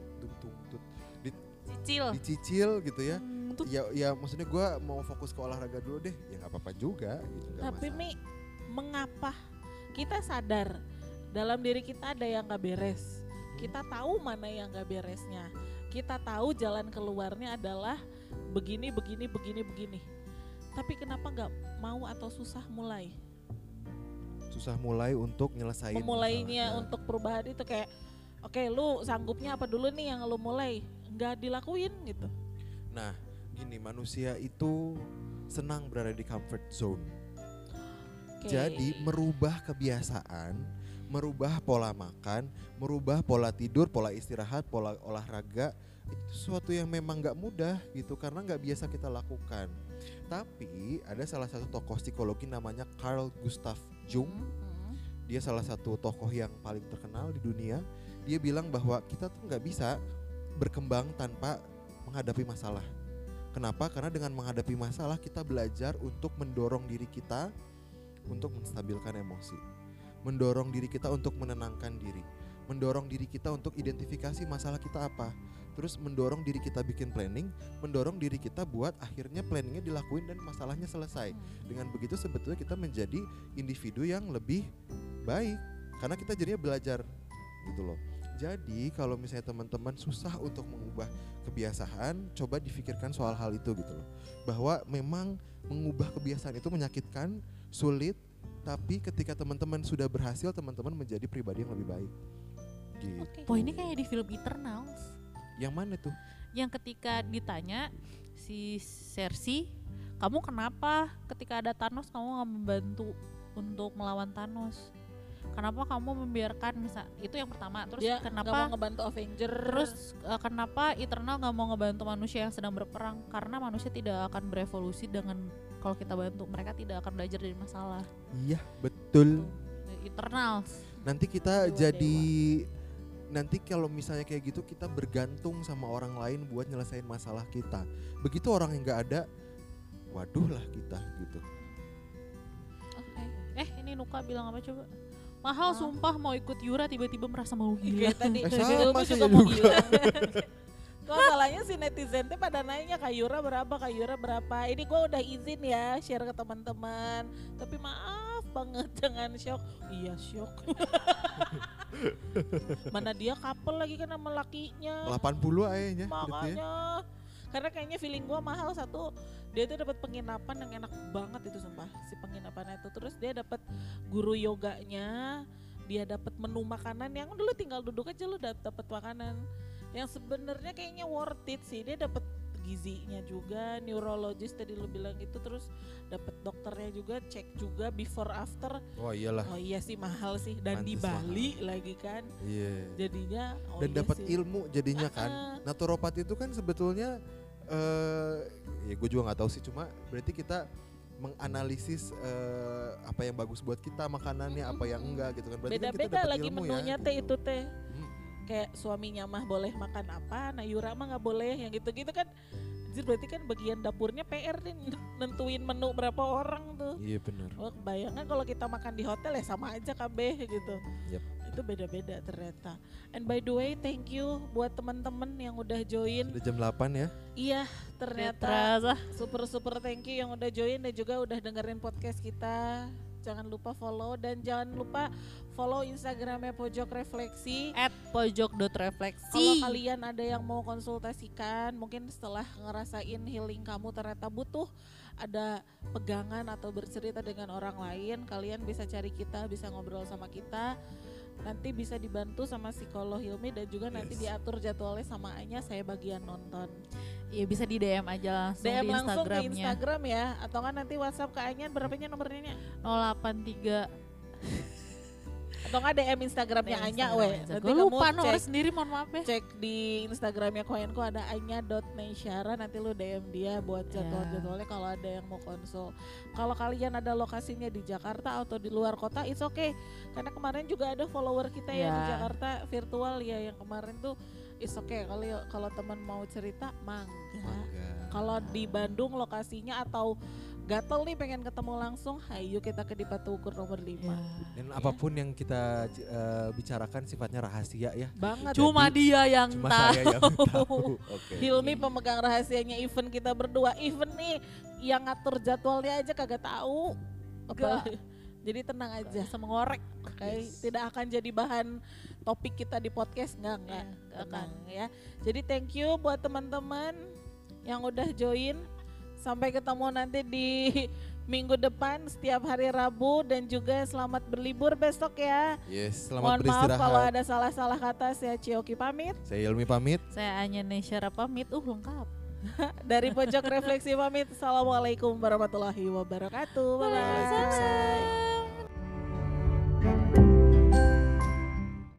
dicicil gitu ya. Ya maksudnya gue mau fokus ke olahraga dulu deh, ya nggak apa-apa juga gitu. Tapi Mi, mengapa kita sadar dalam diri kita ada yang gak beres? Kita tahu mana yang gak beresnya. Kita tahu jalan keluarnya adalah begini. Tapi kenapa gak mau atau susah mulai? Susah mulai untuk nyelesain Memulainya masalahnya. untuk perubahan itu kayak oke, lu sanggupnya apa dulu nih yang lu mulai? Gak dilakuin gitu. Nah gini, manusia itu senang berada di comfort zone. Jadi merubah kebiasaan, merubah pola makan, merubah pola tidur, pola istirahat, pola olahraga, itu sesuatu yang memang gak mudah gitu, karena gak biasa kita lakukan. Tapi ada salah satu tokoh psikologi namanya Carl Gustav Jung. Dia salah satu tokoh yang paling terkenal di dunia. Dia bilang bahwa kita tuh gak bisa berkembang tanpa menghadapi masalah. Kenapa? Karena dengan menghadapi masalah kita belajar untuk mendorong diri kita untuk menstabilkan emosi, mendorong diri kita untuk menenangkan diri, mendorong diri kita untuk identifikasi masalah kita apa, terus mendorong diri kita bikin planning, mendorong diri kita buat akhirnya planningnya dilakuin dan masalahnya selesai. Dengan begitu sebetulnya kita menjadi individu yang lebih baik karena kita jadinya belajar gitu loh. Jadi kalau misalnya teman-teman susah untuk mengubah kebiasaan, coba difikirkan soal hal itu gitu loh. Bahwa memang mengubah kebiasaan itu menyakitkan, sulit, tapi ketika teman-teman sudah berhasil, teman-teman menjadi pribadi yang lebih baik. Gitu. Oh ini kayak di film Eternals. Yang mana tuh? Yang ketika ditanya si Cersei, kamu kenapa ketika ada Thanos kamu gak membantu untuk melawan Thanos? Kenapa kamu membiarkan itu yang pertama, terus Dia kenapa gak mau ngebantu Avenger, terus kenapa Eternal gak mau ngebantu manusia yang sedang berperang? Karena manusia tidak akan berevolusi dengan kalau kita bantu, mereka tidak akan belajar dari masalah. Iya betul. Eternals. Nanti kita nanti kalau misalnya kayak gitu kita bergantung sama orang lain buat nyelesain masalah kita. Begitu orang yang gak ada, waduh lah kita gitu. Ini Nuka bilang apa coba? Mahal sumpah mau ikut Yura tiba-tiba merasa mau gila. Kayak tadi sama gue saya juga mau juga. bilang. Kok masalahnya si netizen teh pada nanya Kak Yura berapa. Ini gue udah izin ya share ke teman-teman. Tapi maaf banget jangan shock. Iya shock. Mana dia couple lagi kan sama lakinya. 80 ayahnya. Makanya. Karena kayaknya feeling gue mahal satu, dia tuh dapat penginapan yang enak banget itu sumpah si penginapan itu. Terus dia dapat guru yoganya, dia dapat menu makanan yang dulu tinggal duduk aja lu dapat makanan yang sebenarnya kayaknya worth it sih. Dia dapat gizinya juga, neurologis tadi lu bilang itu, terus dapat dokternya juga, cek juga before after. Oh iyalah. Oh iya sih mahal sih dan di Pantes Bali lagi kan. Iya. Jadinya Dan iya dapat sih. ilmu jadinya kan. Naturopat itu kan sebetulnya ya gue juga nggak tahu sih, cuma berarti kita menganalisis apa yang bagus buat kita makanannya, apa yang enggak gitu kan. Berarti kan kita Beda-beda dapat lagi ilmu menunya ya, teh gitu. itu teh. Kayak suaminya mah boleh makan apa, nah Yura mah nggak boleh, yang gitu-gitu kan. Jadi berarti kan bagian dapurnya PR nih nentuin menu berapa orang tuh. Iya benar. Oh, kebayangkan kalau kita makan di hotel ya sama aja KB gitu. Yep. Itu beda-beda ternyata. And by the way, thank you buat teman-teman yang udah join. Sudah jam 8 ya. Iya, ternyata Ternyata super thank you yang udah join dan juga udah dengerin podcast kita. Jangan lupa follow dan jangan lupa follow Instagramnya Pojok Refleksi. @pojok.refleksi. Kalau kalian ada yang mau konsultasikan, mungkin setelah ngerasain healing kamu ternyata butuh ada pegangan atau bercerita dengan orang lain, kalian bisa cari kita, bisa ngobrol sama kita. Nanti bisa dibantu sama psikolog Hilmi dan juga nanti diatur jadwalnya sama Anya, saya bagian nonton. Ya bisa di DM aja langsung DM di langsung ke Instagramnya. Instagram ya, atau kan nanti WhatsApp ke Anya, berapanya nomornya? 083. Atau nggak DM Instagramnya Anya, weh. Nanti Gue kamu lupa nomor cek, sendiri, mohon maaf ya. cek di Instagramnya Koenko ada anya.neisyara, nanti lu DM dia buat jadwal-jadwalnya kalau ada yang mau konsul. Kalau kalian ada lokasinya di Jakarta atau di luar kota, it's okay. Karena kemarin juga ada follower kita ya di Jakarta virtual ya, yang kemarin tuh it's okay. Kalau teman mau cerita, mangga. Kalau di Bandung lokasinya atau gatel nih pengen ketemu langsung, hayu kita ke Dipatu Ukur nomor 5. Dan apapun yang kita bicarakan sifatnya rahasia ya. Banget. Cuma dia yang Cuma tahu. saya yang tahu. Oke. Hilmi pemegang rahasianya event kita berdua. Event nih yang ngatur jadwalnya aja kagak tahu. Jadi tenang aja. Bisa mengorek. Oke, tidak akan jadi bahan topik kita di podcast, enggak tenang ya. Jadi thank you buat teman-teman yang udah join. Sampai ketemu nanti di minggu depan setiap hari Rabu, dan juga selamat berlibur besok ya. Yes, selamat Mohon maaf beristirahat. kalau ada salah-salah kata. Saya Cioki pamit. Saya Ilmi pamit. Saya Anya Neisyara pamit. Lengkap. Dari Pojok Refleksi pamit. Assalamualaikum warahmatullahi wabarakatuh. Bye-bye. Waalaikumsalam.